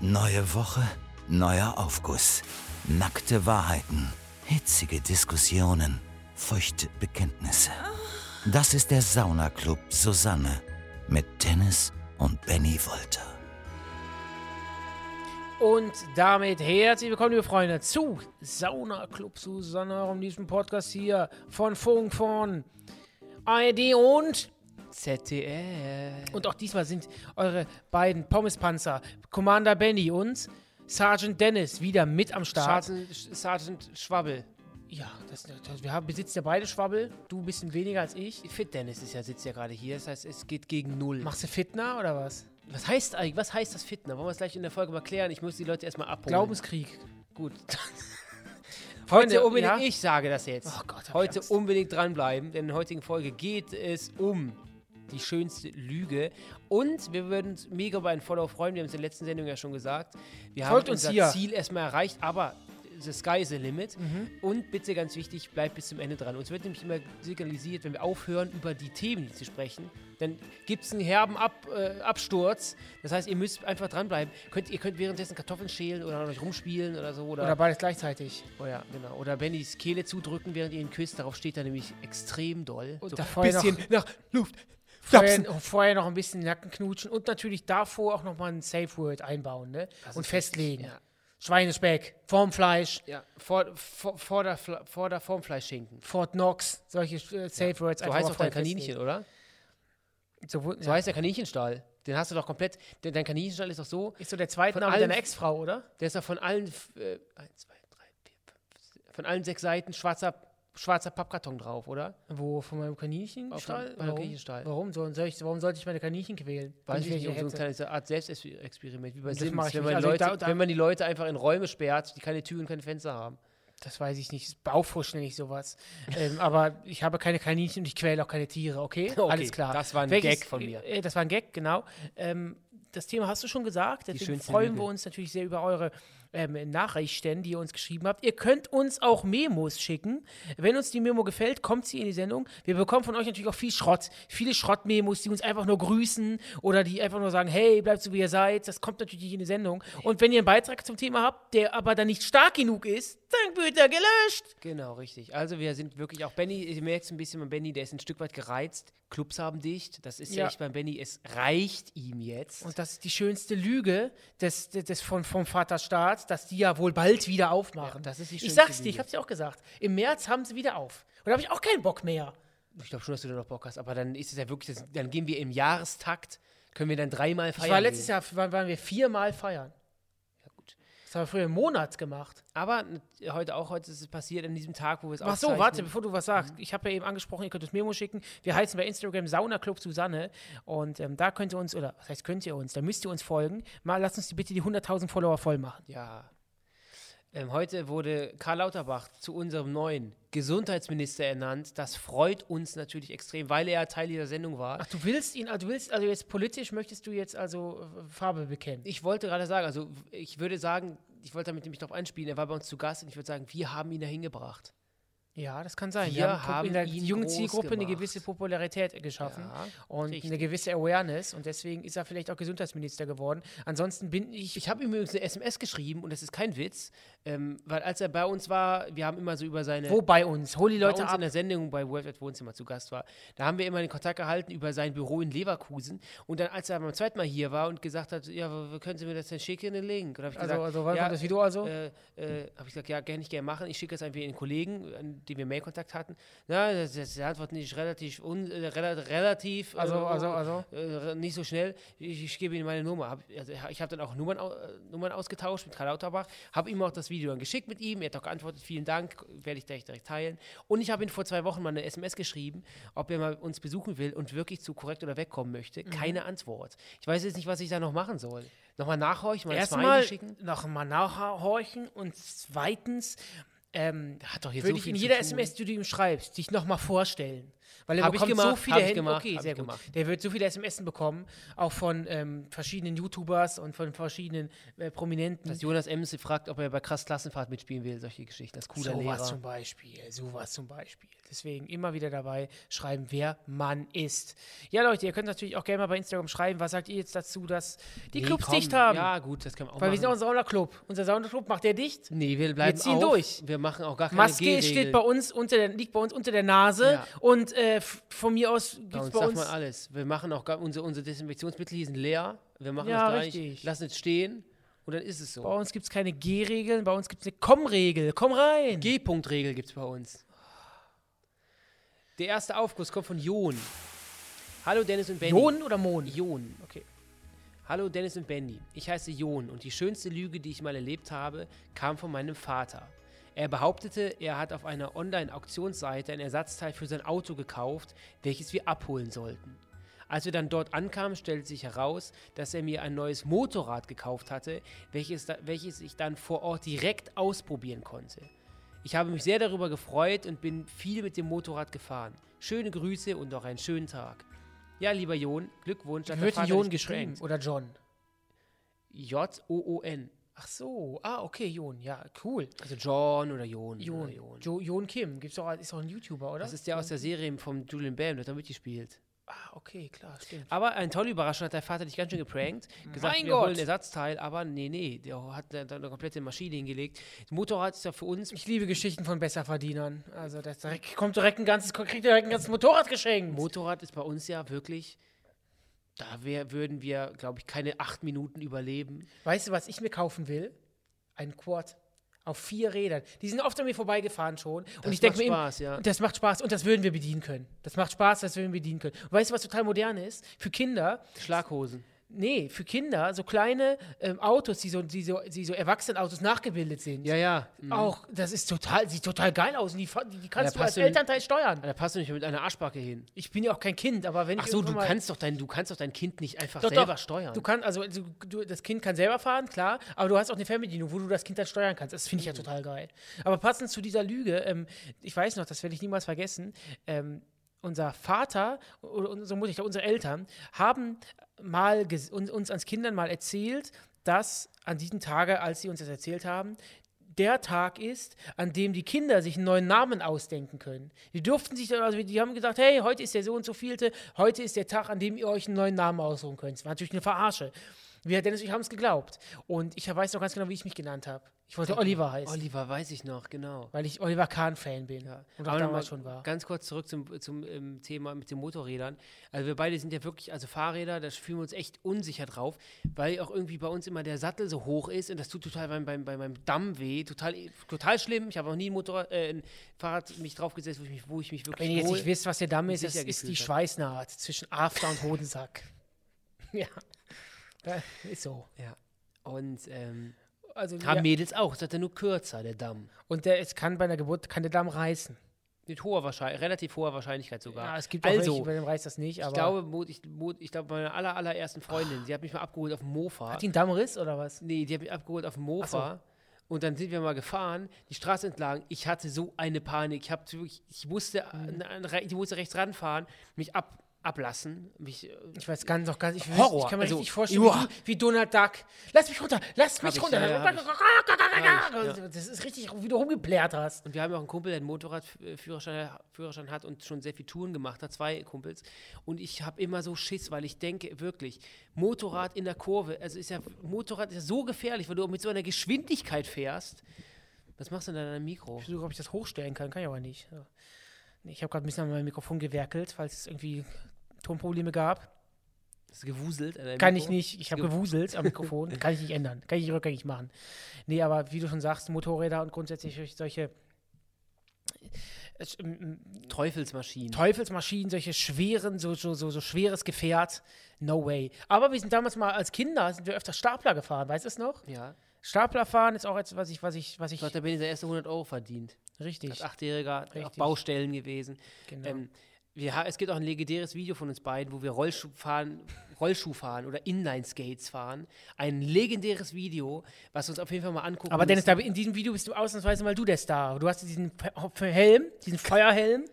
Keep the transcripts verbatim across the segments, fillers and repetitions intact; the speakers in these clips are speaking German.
Neue Woche, neuer Aufguss. Nackte Wahrheiten, hitzige Diskussionen, feuchte Bekenntnisse. Das ist der Saunaclub Susanne mit Dennis und Benny Wolter. Und damit herzlich willkommen, liebe Freunde, zu Saunaclub Susanne, eurem liebsten Podcast hier von Funk, von A R D und Z D F. Und auch diesmal sind eure beiden Pommespanzer, Commander Benny und Sergeant Dennis, wieder mit am Start. Sergeant, Sergeant Schwabbel. Ja, das, das, wir haben, besitzen ja beide Schwabbel, du ein bisschen weniger als ich. Fit Dennis ist ja, sitzt ja gerade hier, das heißt, es geht gegen null. Machst du Fitner oder was? Was heißt eigentlich, was heißt das Fitner? Wollen wir es gleich in der Folge mal klären? Ich muss die Leute erstmal abholen. Glaubenskrieg. Gut. Freunde, Heute unbedingt, ja? ich sage das jetzt. Oh Gott, hab ich Heute Angst. unbedingt dranbleiben, denn in der heutigen Folge geht es um die schönste Lüge. Und wir würden uns mega über einen Follow freuen. Wir haben es in der letzten Sendung ja schon gesagt. Wir Folgt haben uns unser hier. Ziel erstmal erreicht, aber the sky is the limit. Mhm. Und bitte ganz wichtig, bleibt bis zum Ende dran. Uns wird nämlich immer signalisiert, wenn wir aufhören, über die Themen zu sprechen, dann gibt es einen herben Ab, äh, Absturz. Das heißt, ihr müsst einfach dranbleiben. Könnt, ihr könnt währenddessen Kartoffeln schälen oder euch rumspielen oder so. Oder, Oder beides gleichzeitig. oh ja, genau. Oder Bennys Kehle zudrücken, während ihr ihn küsst. Darauf steht er nämlich extrem doll. Und so davor ein bisschen noch- nach Luft. Vorher, vorher noch ein bisschen Nacken knutschen und natürlich davor auch nochmal ein Safe Word einbauen, ne? Das Und ist festlegen. wichtig, Schweinespeck, vorm Fleisch, Ja, vor, vor, vor, der, Fla- vor der Formfleischschinken. Fort Knox, solche äh, Safe Words. So einfach heißt mal auch dein vorher Kaninchen, oder? festlegen. So, wo- So ja. heißt der Kaninchenstall. Den hast du doch komplett. Dein dein Kaninchenstall ist doch so. Ist so der zweite von Name allen- deiner Ex-Frau, oder? Der ist doch von allen. Äh, eins, zwei, drei, vier, fünf, von allen sechs Seiten schwarzer, schwarzer Pappkarton drauf, oder? Wo, von meinem Kaninchenstall? Auf meinem Warum? Kaninchenstall. Warum, soll, soll ich, warum sollte ich meine Kaninchen quälen? Weiß Wenn ich nicht, welche um so eine hätte? kleine Art Selbstexperiment, wie bei Das Sims, mach ich wenn nicht. man, Also Leute, da- da- wenn man die Leute einfach in Räume sperrt, die keine Türen, keine Fenster haben. Das weiß ich nicht. Baufusch nenne ich sowas. ähm, aber ich habe keine Kaninchen und ich quäle auch keine Tiere, okay? Okay, Alles klar. das war ein Welches- Gag von mir. Äh, das war ein Gag, genau. Ähm, das Thema hast du schon gesagt. Deswegen schönste freuen Lüge. wir uns natürlich sehr über eure ähm, Nachrichten, die ihr uns geschrieben habt. Ihr könnt uns auch Memos schicken. Wenn uns die Memo gefällt, kommt sie in die Sendung. Wir bekommen von euch natürlich auch viel Schrott. Viele Schrott-Memos, die uns einfach nur grüßen oder die einfach nur sagen, hey, bleibt so wie ihr seid. Das kommt natürlich nicht in die Sendung. Und wenn ihr einen Beitrag zum Thema habt, der aber dann nicht stark genug ist, dann wird er gelöscht. Genau, richtig. Also wir sind wirklich auch Benny, ihr merkt es ein bisschen beim Benny, der ist ein Stück weit gereizt. Clubs haben dicht. Das ist ja, Ja. echt beim Benny, es reicht ihm jetzt. Und das ist die schönste Lüge des, des, des von, vom Vaterstaat, dass die ja wohl bald wieder aufmachen. Ja, das ist die ich schönste sag's dir, Lüge. ich hab's dir auch gesagt. Im März haben sie wieder auf. Und da habe ich auch keinen Bock mehr. Ich glaube schon, dass du da noch Bock hast, aber dann ist es ja wirklich, das, dann gehen wir im Jahrestakt, können wir dann dreimal feiern. Ich war letztes gehen. Jahr, waren, waren wir viermal feiern. Ja, gut. Das haben wir früher im Monat gemacht. Aber n- heute auch, heute ist es passiert, an diesem Tag, wo wir es Ach so, aufzeichnen. warte, bevor du was sagst. Ich habe ja eben angesprochen, ihr könnt uns Memo schicken. Wir heißen bei Instagram Saunaclub Susanne. Und ähm, da könnt ihr uns, oder was heißt könnt ihr uns, da müsst ihr uns folgen. Mal lasst uns die, bitte die hunderttausend Follower voll machen. Ja. Ähm, heute wurde Karl Lauterbach zu unserem neuen Gesundheitsminister ernannt. Das freut uns natürlich extrem, weil er Teil dieser Sendung war. Ach, du willst ihn, also du willst, also jetzt politisch möchtest du jetzt also äh, Farbe bekennen. Ich wollte gerade sagen, also ich würde sagen, ich wollte damit nämlich darauf einspielen, er war bei uns zu Gast und ich würde sagen, wir haben ihn dahin gebracht. Ja, das kann sein. Wir Pop- haben in der ihn jungen groß Zielgruppe eine gemacht. gewisse Popularität geschaffen Ja, und richtig. eine gewisse Awareness und deswegen ist er vielleicht auch Gesundheitsminister geworden. Ansonsten bin ich, Ich habe ihm übrigens eine S M S geschrieben und das ist kein Witz, ähm, weil als er bei uns war, wir haben immer so über seine... wo bei uns? Hol die bei Leute uns ab. in der Sendung bei World Wide Wohnzimmer zu Gast war, da haben wir immer den Kontakt gehalten über sein Büro in Leverkusen und dann, als er beim zweiten Mal hier war und gesagt hat, ja, w- w- können Sie mir das denn schicken, den Link? Und habe ich Also, gesagt, also wann ja, kommt das Video also? äh, äh, habe ich gesagt, ja, gerne ich gerne machen. Ich schicke es einfach den Kollegen, an die wir Mailkontakt hatten. Na, das, das die Antwort nicht relativ, un, äh, rela- relativ, Also, äh, also, also. äh, nicht so schnell. Ich, ich gebe Ihnen meine Nummer. Hab, also, ich habe dann auch Nummern, au- äh, Nummern ausgetauscht mit Karl Lauterbach, habe ihm auch das Video dann geschickt mit ihm. Er hat auch geantwortet, vielen Dank, werde ich direkt, direkt teilen. Und ich habe ihm vor zwei Wochen mal eine S M S geschrieben, ob er mal uns besuchen will und wirklich zu korrekt oder wegkommen möchte. Keine Antwort. Ich weiß jetzt nicht, was ich da noch machen soll. Nochmal nachhorchen, mal ein Smiley Erstmal schicken. noch mal nachhorchen und zweitens ähm, Der hat doch jetzt würde so ich viel in zu jeder tun. S M S, die du ihm schreibst, dich noch mal vorstellen. Weil er Hab ich bekommt gemacht, so viele hab ich Hände. gemacht, Okay, hab sehr ich gut. gemacht. Der wird so viele S M S bekommen, auch von ähm, verschiedenen YouTubers und von verschiedenen äh, Prominenten. Dass Jonas Ems fragt, ob er bei Krass Klassenfahrt mitspielen will, solche Geschichten, als cooler Sowas Lehrer. zum Beispiel, sowas zum Beispiel. Deswegen immer wieder dabei schreiben, wer man ist. Ja, Leute, ihr könnt natürlich auch gerne mal bei Instagram schreiben, was sagt ihr jetzt dazu, dass die Nee, Clubs komm, dicht haben? Ja, gut, das kann man auch Weil wir machen. sind auch ein Saunaclub. Unser Saunaclub macht der dicht. Nee, wir bleiben ziehen auf. durch. Wir machen auch gar keine Maske G-Regeln. steht bei uns unter der, liegt bei uns unter der Nase Ja. und äh, f- von mir aus gibt Bei es uns bei darf uns. man alles. Wir machen auch gar, unsere, unsere Desinfektionsmittel, die sind leer. Wir machen Ja, das gar richtig. nicht. Lassen es stehen und dann ist es Bei so. uns gibt es keine G-Regeln, bei uns gibt es eine Komm-Regel. Komm rein! G-Punkt-Regel gibt es bei uns. Der erste Aufguss kommt von Jon. Hallo Dennis und Benny. Jon oder Mon? Jon. Okay. Hallo Dennis und Benny. Ich heiße Jon und die schönste Lüge, die ich mal erlebt habe, kam von meinem Vater. Er behauptete, er hat auf einer Online-Auktionsseite ein Ersatzteil für sein Auto gekauft, welches wir abholen sollten. Als wir dann dort ankamen, stellte sich heraus, dass er mir ein neues Motorrad gekauft hatte, welches, da, welches ich dann vor Ort direkt ausprobieren konnte. Ich habe mich sehr darüber gefreut und bin viel mit dem Motorrad gefahren. Schöne Grüße und noch einen schönen Tag. Ja, lieber Jon, Glückwunsch. hat Wie der wird Vater Jon dich geschrieben? geprankt. Oder John? J O O N. Ach so. Ah, okay, Jon. Ja, cool. Also John oder Jon. Jon. Oder Jon. Jo, Jon Kim. Gibt's auch, ist auch ein YouTuber, oder? Das ist der aus der Serie von Julian Bam, der hat da mitgespielt. Ah, okay, klar, stimmt. Aber eine tolle Überraschung, hat der Vater dich ganz schön geprankt. Gesagt, Mein wir Gott. holen ein Ersatzteil, aber nee, nee, der hat da da eine komplette Maschine hingelegt. Das Motorrad ist ja für uns, Ich liebe Geschichten von Besserverdienern. Also, das direkt, kommt direkt ein ganzes, kriegt direkt ein ganzes Motorrad geschenkt. Motorrad ist bei uns ja wirklich, da wär, würden wir, glaube ich, keine acht Minuten überleben. Weißt du, was ich mir kaufen will? Ein Quad. Auf vier Rädern. Die sind oft an mir vorbeigefahren schon. Das und ich denke macht mir Spaß, ja. eben, das macht Spaß und das würden wir bedienen können. Das macht Spaß, das würden wir bedienen können. Und weißt du, was total modern ist? Für Kinder, Schlaghosen. nee, für Kinder, so kleine ähm, Autos, die so, die, so, die so Erwachsenenautos nachgebildet sind. Ja, ja. Mhm. Auch, das ist total, sieht total geil aus. Und die, fa- die kannst Ja, du als passt du- Elternteil steuern. Da passt du nicht mit einer Arschbacke hin. Ich bin ja auch kein Kind, aber wenn Ach ich so, irgendwann du mal- kannst doch dein, du kannst doch dein Kind nicht einfach Doch, selber doch. steuern. Du kannst, also du, du, das Kind kann selber fahren, klar, aber du hast auch eine Fernbedienung, wo du das Kind dann steuern kannst. Das finde ich ja total geil. Aber passend zu dieser Lüge, ähm, ich weiß noch, das werde ich niemals vergessen, ähm, unser Vater oder unsere Mutter, ich glaube, unsere Eltern haben mal ges- uns, uns als Kindern mal erzählt, dass an diesem Tage, als sie uns das erzählt haben, der Tag ist, an dem die Kinder sich einen neuen Namen ausdenken können. Die durften sich, dann- also die haben gesagt, hey, heute ist der so und so vielte, heute ist der Tag, an dem ihr euch einen neuen Namen aussuchen könnt. Das war natürlich eine Verarsche. Wir, Dennis und ich haben es geglaubt. Und ich weiß noch ganz genau, wie ich mich genannt habe. Ich wollte Oliver heißen, Oliver, weiß ich noch, genau. weil ich Oliver Kahn-Fan bin. Ja. Und auch Aber noch damals mal schon war. Ganz kurz zurück zum, zum ähm, Thema mit den Motorrädern. Also wir beide sind ja wirklich, also Fahrräder, da fühlen wir uns echt unsicher drauf, weil auch irgendwie bei uns immer der Sattel so hoch ist und das tut total beim, beim, bei meinem Damm weh. Total, total schlimm. Ich habe noch nie ein Motorrad, äh, ein Fahrrad mich draufgesetzt, wo ich mich, wo ich mich wirklich Wenn ihr jetzt wohl nicht wisst, was der Damm ist, das sicher ist die gefühlt habe. Schweißnaht zwischen After und Hodensack. Ja, da ist so. Ja. Und ähm, Also, haben ja. Mädels auch, das hat er nur kürzer, der Damm. Und der, es kann bei einer Geburt, kann der Damm reißen. Mit hoher Wahrscheinlichkeit, relativ hoher Wahrscheinlichkeit sogar. Ja, es gibt auch also, welche, bei dem reißt das nicht, ich aber glaube, Mo- ich, Mo- ich glaube, meine aller, allerersten Freundin, sie hat mich mal abgeholt auf dem Mofa. hat die einen Dammriss oder was? Nee, die hat mich abgeholt auf dem Mofa. Und dann sind wir mal gefahren, die Straße entlang. Ich hatte so eine Panik. Ich, hab wirklich, ich, musste, Mhm. an- an- ich musste rechts ranfahren, mich ab, ablassen. Mich, äh, Ich weiß ganz noch ganz, ich, weiß- Horror. ich kann mir Also, richtig vorstellen, uah. wie, wie Donald Duck. Lass mich runter, lass mich ich, runter. ja, ja, hab ich. Ja. Das ist richtig, wie du rumgeplärt hast. und wir haben ja auch einen Kumpel, der einen Motorradführerschein Führerschein hat und schon sehr viel Touren gemacht hat, zwei Kumpels. Und ich habe immer so Schiss, weil ich denke, wirklich, Motorrad in der Kurve, also ist ja, Motorrad ist ja so gefährlich, weil du mit so einer Geschwindigkeit fährst. Was machst du denn da in deinem Mikro? Ich versuche, ob ich das hochstellen kann, kann ich aber nicht. Ja. Nee, ich habe gerade ein bisschen an meinem Mikrofon gewerkelt, falls es irgendwie Tonprobleme gab. Hast du gewuselt an deinem Kann Mikro? ich nicht. Ich habe Ge- gewuselt am Mikrofon. Kann ich nicht ändern. Kann ich nicht rückgängig machen. Nee, aber wie du schon sagst, Motorräder und grundsätzlich solche äh, ähm, Teufelsmaschinen. Teufelsmaschinen, solche schweren, so, so, so, so schweres Gefährt, no way. Aber wir sind damals mal als Kinder, sind wir öfter Stapler gefahren, weißt du es noch? ja. Stapler fahren ist auch etwas, was ich, was ich, was ich, Ich glaube, da bin ich der erste hundert Euro verdient. richtig, Als Achtjähriger auf Richtig. Baustellen gewesen. genau. Ähm, wir, ha- es gibt auch ein legendäres Video von uns beiden, wo wir Rollschuh fahren, Rollschuh fahren oder Inline-Skates fahren. Ein legendäres Video, was wir uns auf jeden Fall mal angucken Aber Dennis, müssen. da, in diesem Video bist du ausnahmsweise mal du der Star. Du hast diesen Fe- Helm, diesen Feuerhelm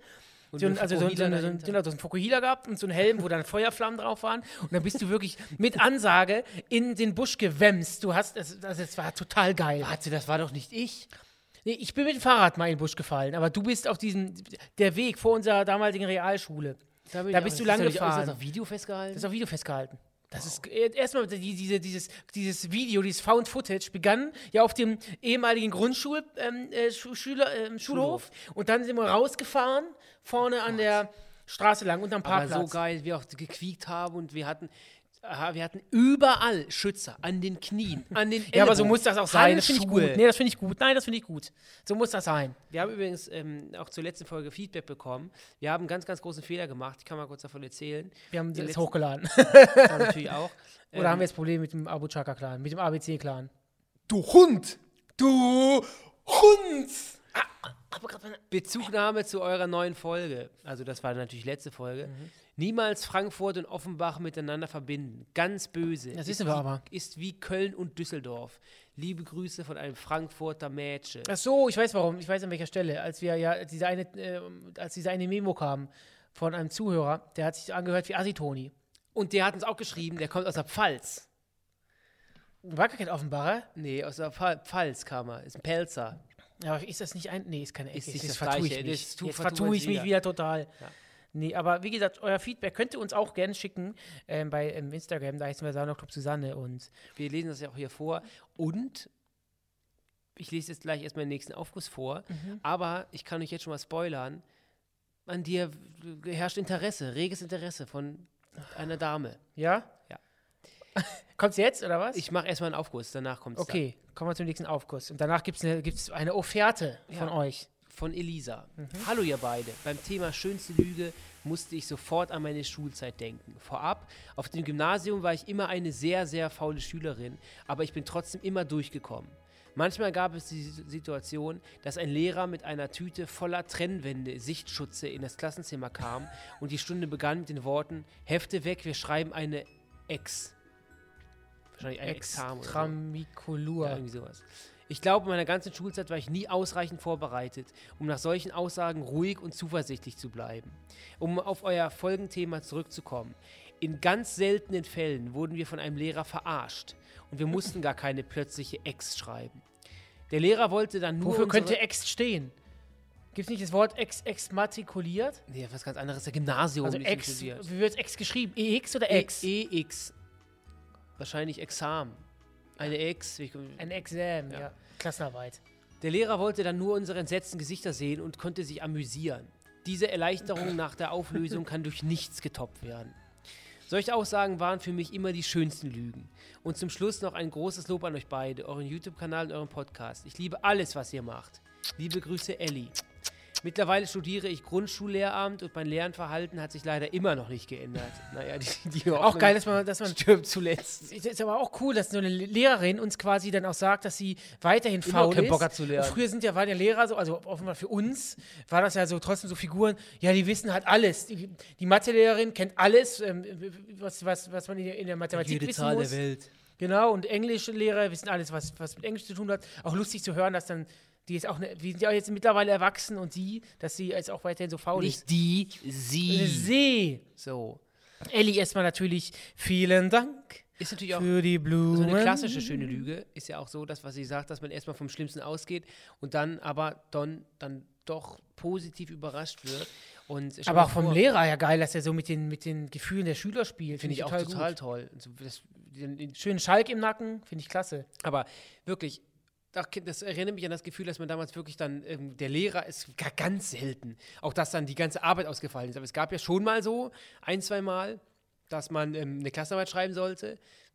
So ein, also so, ein, so, eine, so, ein, genau, so ein Fukuhila gehabt und so einen Helm, wo dann Feuerflammen drauf waren. Und dann bist du wirklich mit Ansage in den Busch gewämst. Du hast, also das war total geil. Warte, das war doch nicht ich. Nee, ich bin mit dem Fahrrad mal in den Busch gefallen, aber du bist auf diesem, der Weg vor unserer damaligen Realschule. Da, da bist du lang gefahren. Ist das auf Video festgehalten? Das ist auf Video festgehalten. Das wow. ist erstmal die, diese, dieses, dieses Video, dieses Found Footage begann ja auf dem ehemaligen Grundschul ähm, äh, Schüler, äh, Schulhof. Schulhof und dann sind wir rausgefahren vorne an der Straße lang unterm Parkplatz. Aber so geil, wir auch gequiekt haben und wir hatten wir hatten überall Schützer an den Knien, an den Ellbogen. Ja, aber so muss das auch sein. Das finde ich gut. Nee, das finde ich gut. Nein, das finde ich gut. So muss das sein. Wir haben übrigens ähm, auch zur letzten Folge Feedback bekommen. Wir haben einen ganz, ganz großen Fehler gemacht. Ich kann mal kurz davon erzählen. Wir haben das hochgeladen. Ja, natürlich auch. Oder ähm, haben wir jetzt Probleme mit dem Abu Chaka-Clan, mit dem A B C-Clan? Du Hund! Du Hund! Ah, Bezugnahme zu eurer neuen Folge. Also das war natürlich letzte Folge. Mhm. Niemals Frankfurt und Offenbach miteinander verbinden. Ganz böse. Das wissen wir aber. Ist wie Köln und Düsseldorf. Liebe Grüße von einem Frankfurter Mädchen. Ach so, ich weiß warum. Ich weiß an welcher Stelle. Als wir ja diese eine, äh, als diese eine Memo kam von einem Zuhörer, der hat sich angehört wie Assi-Toni. Und der hat uns auch geschrieben, der kommt aus der Pfalz. War gar kein Offenbacher? Nee, aus der Pfalz kam er. Ist ein Pelzer. Ja, aber ist das nicht ein... Nee, ist keine Ecke. Ist nicht das das vertue Gleiche. ich mich. Das tu, Jetzt vertue ich mich wieder total. Ja. Nee, aber wie gesagt, euer Feedback könnt ihr uns auch gerne schicken ähm, bei ähm, Instagram, da heißen wir Saunaclub Susanne und wir lesen das ja auch hier vor und ich lese jetzt gleich erstmal den nächsten Aufguss vor, mhm. aber ich kann euch jetzt schon mal spoilern, an dir herrscht Interesse, reges Interesse von einer Dame. Ja? Ja. Kommt's jetzt, oder was? Ich mache erstmal einen Aufguss, danach kommt's Okay, dann. Kommen wir zum nächsten Aufguss und danach gibt's eine, gibt's eine Offerte von ja. euch. Von Elisa. Mhm. Hallo ihr beide. Beim Thema schönste Lüge musste ich sofort an meine Schulzeit denken. Vorab, auf dem Gymnasium war ich immer eine sehr, sehr faule Schülerin, aber ich bin trotzdem immer durchgekommen. Manchmal gab es die Situation, dass ein Lehrer mit einer Tüte voller Trennwände, Sichtschutze in das Klassenzimmer kam und die Stunde begann mit den Worten, Hefte weg, wir schreiben eine Ex. Wahrscheinlich ein Examen. Extramikulur. Ja, irgendwie sowas. Ich glaube, in meiner ganzen Schulzeit war ich nie ausreichend vorbereitet, um nach solchen Aussagen ruhig und zuversichtlich zu bleiben. Um auf euer Folgenthema zurückzukommen. In ganz seltenen Fällen wurden wir von einem Lehrer verarscht und wir mussten gar keine plötzliche Ex schreiben. Der Lehrer wollte dann nur Wofür könnte Ex stehen? Gibt es nicht das Wort Ex exmatrikuliert? Nee, was ganz anderes, der Gymnasium. Also Ex, wie wird Ex geschrieben? E X oder Ex? E X. Wahrscheinlich Examen. Eine Ex. Ein Examen, ja. ja. Klassenarbeit. Der Lehrer wollte dann nur unsere entsetzten Gesichter sehen und konnte sich amüsieren. Diese Erleichterung nach der Auflösung kann durch nichts getoppt werden. Solche Aussagen waren für mich immer die schönsten Lügen. Und zum Schluss noch ein großes Lob an euch beide, euren YouTube-Kanal und euren Podcast. Ich liebe alles, was ihr macht. Liebe Grüße, Elli. Mittlerweile studiere ich Grundschullehramt und mein Lernverhalten hat sich leider immer noch nicht geändert. Naja, die, die auch geil, dass man, dass man stirbt zuletzt. Es ist aber auch cool, dass so eine Lehrerin uns quasi dann auch sagt, dass sie weiterhin faul ist. Bock hat zu lernen. Und früher sind ja, waren ja Lehrer so, also offenbar für uns, war das ja so trotzdem so Figuren, ja, die wissen halt alles. Die, die Mathelehrerin kennt alles, ähm, was, was, was man in der, in der Mathematik Jede wissen Zahl muss. Der Welt. Genau, und Englischlehrer wissen alles, was, was mit Englisch zu tun hat. Auch lustig zu hören, dass dann die ist auch, ne, wir sind ja jetzt mittlerweile erwachsen und sie, dass sie jetzt auch weiterhin so faul Nicht ist. Nicht die, sie. Sie. So. Elli, erstmal natürlich vielen Dank ist natürlich auch für die Blumen. So eine klassische schöne Lüge ist ja auch so, dass was sie sagt, dass man erstmal vom Schlimmsten ausgeht und dann aber dann, dann doch positiv überrascht wird. Und aber auch vom vor, Lehrer ja geil, dass er so mit den, mit den Gefühlen der Schüler spielt. Finde find ich auch total gut. toll. Also das, den, den Schönen Schalk im Nacken, finde ich klasse. Aber wirklich, das erinnert mich an das Gefühl, dass man damals wirklich dann, ähm, der Lehrer ist ganz selten, auch dass dann die ganze Arbeit ausgefallen ist. Aber es gab ja schon mal so, ein, zwei Mal, dass man ähm, eine Klassenarbeit schreiben sollte.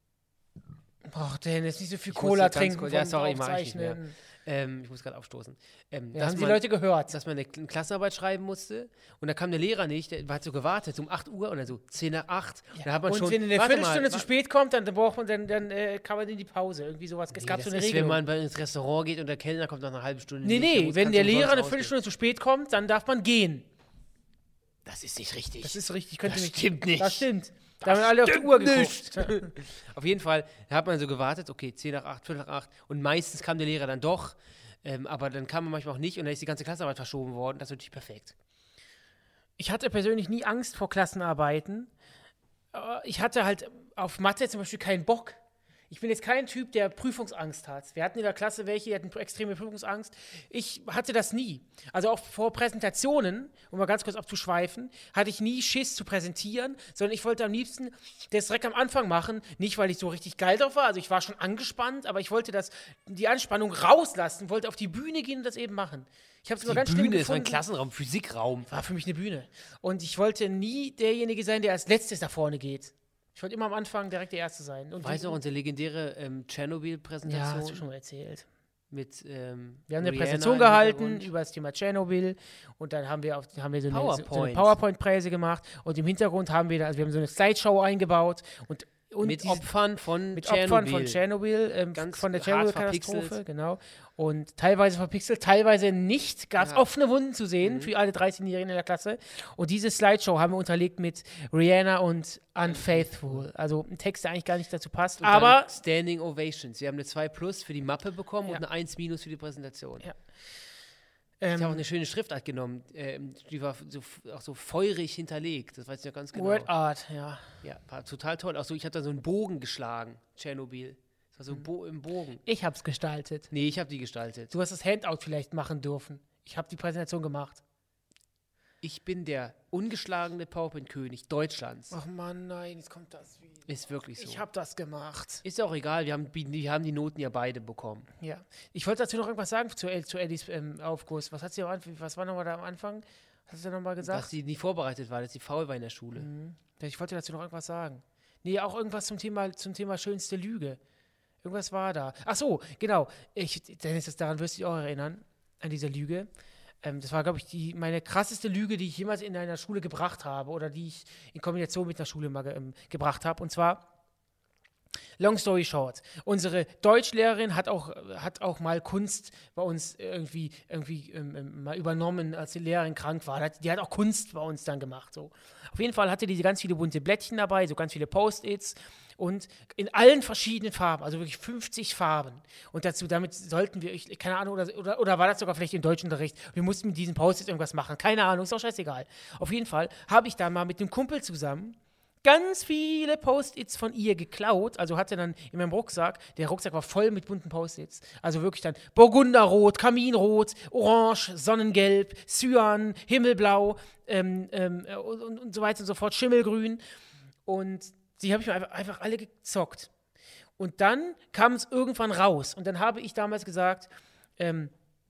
Ach, Dennis, nicht so viel ich Cola trinken kurz, ja, sorry, mach ich nicht mehr. Ähm, ich muss gerade aufstoßen. Ähm, ja, haben die man, Leute gehört? Dass man eine Klassenarbeit schreiben musste und da kam der Lehrer nicht, der hat so gewartet, um acht Uhr und dann so zehn nach acht. Ja. Da hat man und schon, wenn eine Viertelstunde zu spät kommt, dann braucht man, dann, dann äh, kann man in die Pause. Irgendwie sowas. Es nee, gab das so eine ist, Regelung. Wenn man ins Restaurant geht und der Kellner kommt nach einer halben Stunde. Nee, nicht, nee, wenn der Lehrer eine Viertelstunde zu spät kommt, dann darf man gehen. Das ist nicht richtig. Das ist richtig. Könnte das mich, stimmt nicht. Das stimmt. Da haben wir alle auf die Uhr geguckt. Auf jeden Fall hat man so gewartet, okay, zehn nach acht, viertel nach acht und meistens kam der Lehrer dann doch, ähm, aber dann kam er manchmal auch nicht und dann ist die ganze Klassenarbeit verschoben worden. Das ist natürlich perfekt. ich hatte persönlich nie Angst vor Klassenarbeiten. Ich hatte halt auf Mathe zum Beispiel keinen Bock. Ich bin jetzt kein Typ, der Prüfungsangst hat. Wir hatten in der Klasse welche, die hatten extreme Prüfungsangst. Ich hatte das nie. Also auch vor Präsentationen, um mal ganz kurz abzuschweifen, hatte ich nie Schiss zu präsentieren, sondern ich wollte am liebsten das direkt am Anfang machen. Nicht, weil ich so richtig geil drauf war, also ich war schon angespannt, aber ich wollte das, die Anspannung rauslassen, wollte auf die Bühne gehen und das eben machen. Ich habe es immer ganz schlimm Bühne ist gefunden. ein Klassenraum, Physikraum. War für mich eine Bühne. Und ich wollte nie derjenige sein, der als letztes da vorne geht. Ich wollte immer am Anfang direkt der Erste sein. Und weißt du noch, unsere legendäre ähm, Tschernobyl-Präsentation? Ja, hast du schon mal erzählt. Mit, ähm, wir haben eine Rihanna Präsentation gehalten über das Thema Tschernobyl und dann haben wir, auf, haben wir so eine, PowerPoint. so eine PowerPoint-Präse gemacht und im Hintergrund haben wir, also wir haben so eine Slideshow eingebaut und Und mit die, Opfern von mit Tschernobyl. Opfern von Tschernobyl, ähm, Ganz von der hart Tschernobyl-Katastrophe, verpixelt. genau. Und teilweise verpixelt, teilweise nicht. Gab es Ja. offene Wunden zu sehen Mhm. für alle dreizehnjährigen in der Klasse. Und diese Slideshow haben wir unterlegt mit Rihanna und Unfaithful. Also ein Text, der eigentlich gar nicht dazu passt. Und Aber dann Standing Ovations. Wir haben eine zwei plus für die Mappe bekommen Ja. und eine eins minus für die Präsentation. Ja. Ich ähm, habe auch eine schöne Schriftart genommen. Ähm, die war so, auch so feurig hinterlegt. Das weiß ich ja ganz genau. Word Art, ja. Ja, war total toll. Auch so, ich habe da so einen Bogen geschlagen. Tschernobyl. Das war so Mhm. Bo im Bogen. Ich hab's gestaltet. Nee, ich habe die gestaltet. Du hast das Handout vielleicht machen dürfen. Ich habe die Präsentation gemacht. Ich bin der ungeschlagene PowerPoint-König Deutschlands. Ach Mann, nein, jetzt kommt das wieder. Ist wirklich so. Ich habe das gemacht. Ist ja auch egal, wir haben, wir haben die Noten ja beide bekommen. Ja. Ich wollte dazu noch irgendwas sagen zu, El zu Eddies ähm, Aufguss. Was hat sie am Anfang, was war nochmal da am Anfang? Hast du nochmal gesagt? Dass sie nicht vorbereitet war, dass sie faul war in der Schule. Mhm. Ich wollte dazu noch irgendwas sagen. Nee, auch irgendwas zum Thema, zum Thema schönste Lüge. Irgendwas war da. Ach so, genau. Ich, Dennis, das, daran wirst du dich auch erinnern, an diese Lüge. Ähm, das war, glaube ich, die, meine krasseste Lüge, die ich jemals in einer Schule gebracht habe oder die ich in Kombination mit einer Schule mal ge ähm, gebracht habe. Und zwar, long story short, unsere Deutschlehrerin hat auch, hat auch mal Kunst bei uns irgendwie, irgendwie ähm, ähm, mal übernommen, als die Lehrerin krank war. Die hat, die hat auch Kunst bei uns dann gemacht. So. Auf jeden Fall hatte die ganz viele bunte Blättchen dabei, so ganz viele Post-its. Und in allen verschiedenen Farben, also wirklich fünfzig Farben. Und dazu, damit sollten wir, ich, keine Ahnung, oder, oder, oder war das sogar vielleicht im Deutschunterricht, wir mussten mit diesen Post-its irgendwas machen. Keine Ahnung, ist auch scheißegal. Auf jeden Fall habe ich da mal mit einem Kumpel zusammen ganz viele Post-its von ihr geklaut. Also hatte dann in meinem Rucksack, der Rucksack war voll mit bunten Post-its. Also wirklich dann Burgunderrot, Kaminrot, Orange, Sonnengelb, Cyan, Himmelblau ähm, ähm, und, und so weiter und so fort, Schimmelgrün. Und die habe ich mir einfach, einfach alle gezockt. Und dann kam es irgendwann raus. Und dann habe ich damals gesagt, ähm,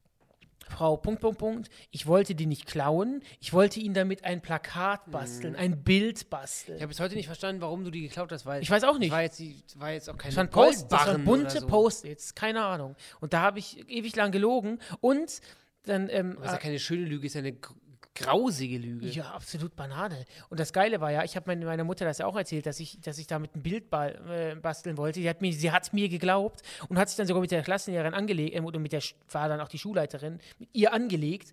Frau, Punkt, Punkt, Punkt, ich wollte die nicht klauen, ich wollte ihnen damit ein Plakat basteln, Mhm. ein Bild basteln. Ich habe bis heute nicht verstanden, warum du die geklaut hast, weil Ich weiß auch nicht. war jetzt, die, war jetzt auch kein Das waren, Post, das waren Goldbarren bunte oder so. Post-its, keine Ahnung. Und da habe ich ewig lang gelogen. Und dann, ähm, Aber ist ja keine schöne Lüge, ist ja eine gr- grausige Lüge. ja, absolut Banane. Und das Geile war ja, ich habe meine, meiner Mutter das ja auch erzählt, dass ich, dass ich damit ein Bild ba äh, basteln wollte. Die hat mir, sie hat mir geglaubt und hat sich dann sogar mit der Klassenlehrerin angelegt, äh, oder mit der, Sch- war dann auch die Schulleiterin, mit ihr angelegt.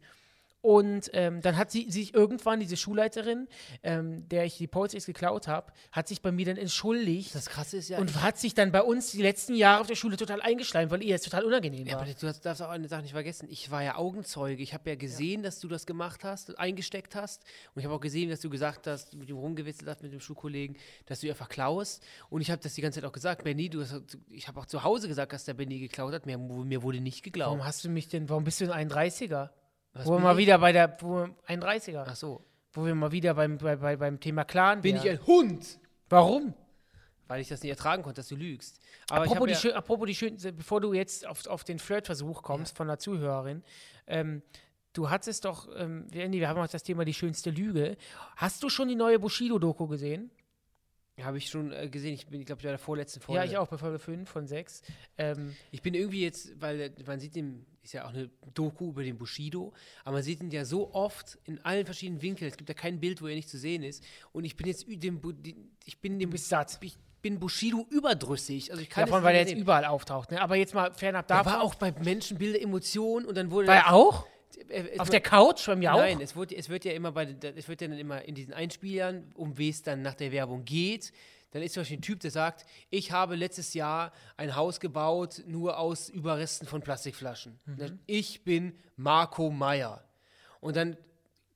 Und ähm, dann hat sie sich irgendwann, diese Schulleiterin, ähm, der ich die Post-its geklaut habe, hat sich bei mir dann entschuldigt Das Krasse ist ja, und ich, hat sich dann bei uns die letzten Jahre auf der Schule total eingeschleimt, weil ihr es total unangenehm ja, war. aber du hast- darfst auch eine Sache nicht vergessen. Ich war ja Augenzeuge. Ich habe ja gesehen, dass du das gemacht hast, eingesteckt hast. Und ich habe auch gesehen, dass du gesagt hast, mit dem rumgewitzelt hast mit dem Schulkollegen, dass du einfach klaust. Und ich habe das die ganze Zeit auch gesagt. Benni, du hast, ich habe auch zu Hause gesagt, dass der Benni geklaut hat. Mir, mir wurde nicht geglaubt. Warum hast du mich denn, warum bist du ein einunddreißiger? Was Wo wir bin mal ich? wieder bei der, wo wir, einunddreißiger, Ach so. wo wir mal wieder beim, bei, bei, beim Thema Clan Bin ich wären. ein Hund? Warum? Weil ich das nicht ertragen konnte, dass du lügst. Aber Apropos die, ich hab ja, schön- apropos die schön, bevor du jetzt auf, auf den Flirtversuch kommst von einer Zuhörerin, ähm, du hattest doch, ähm, wir, nee, wir haben auch das Thema die schönste Lüge. Hast du schon die neue Bushido-Doku gesehen? habe ich schon äh, gesehen. Ich bin, ich glaube, bei der vorletzten Folge. Ja, ich auch, bei Folge fünf von sechs. Ähm, Ich bin irgendwie jetzt, weil äh, man sieht den, ist ja auch eine Doku über den Bushido, aber man sieht ihn ja so oft in allen verschiedenen Winkeln. Es gibt ja kein Bild, wo er nicht zu sehen ist. Und ich bin jetzt ü- dem, Bu- die- ich bin dem, du bist satt. ich bin Bushido überdrüssig. Also ich kann Davon, es weil nicht er jetzt sehen. überall auftaucht. Ne? Aber jetzt mal fernab Da davon. war auch bei Menschenbilder Emotionen und dann wurde War er auch? äh, es Auf wird- der Couch? Bei mir auch? Nein, es wird, es wird ja immer bei, den- es wird ja dann immer in diesen Einspielern, um wie es dann nach der Werbung geht. Dann ist zum Beispiel ein Typ, der sagt, ich habe letztes Jahr ein Haus gebaut, nur aus Überresten von Plastikflaschen. Mhm. Dann, Ich bin Marco Meyer. Und dann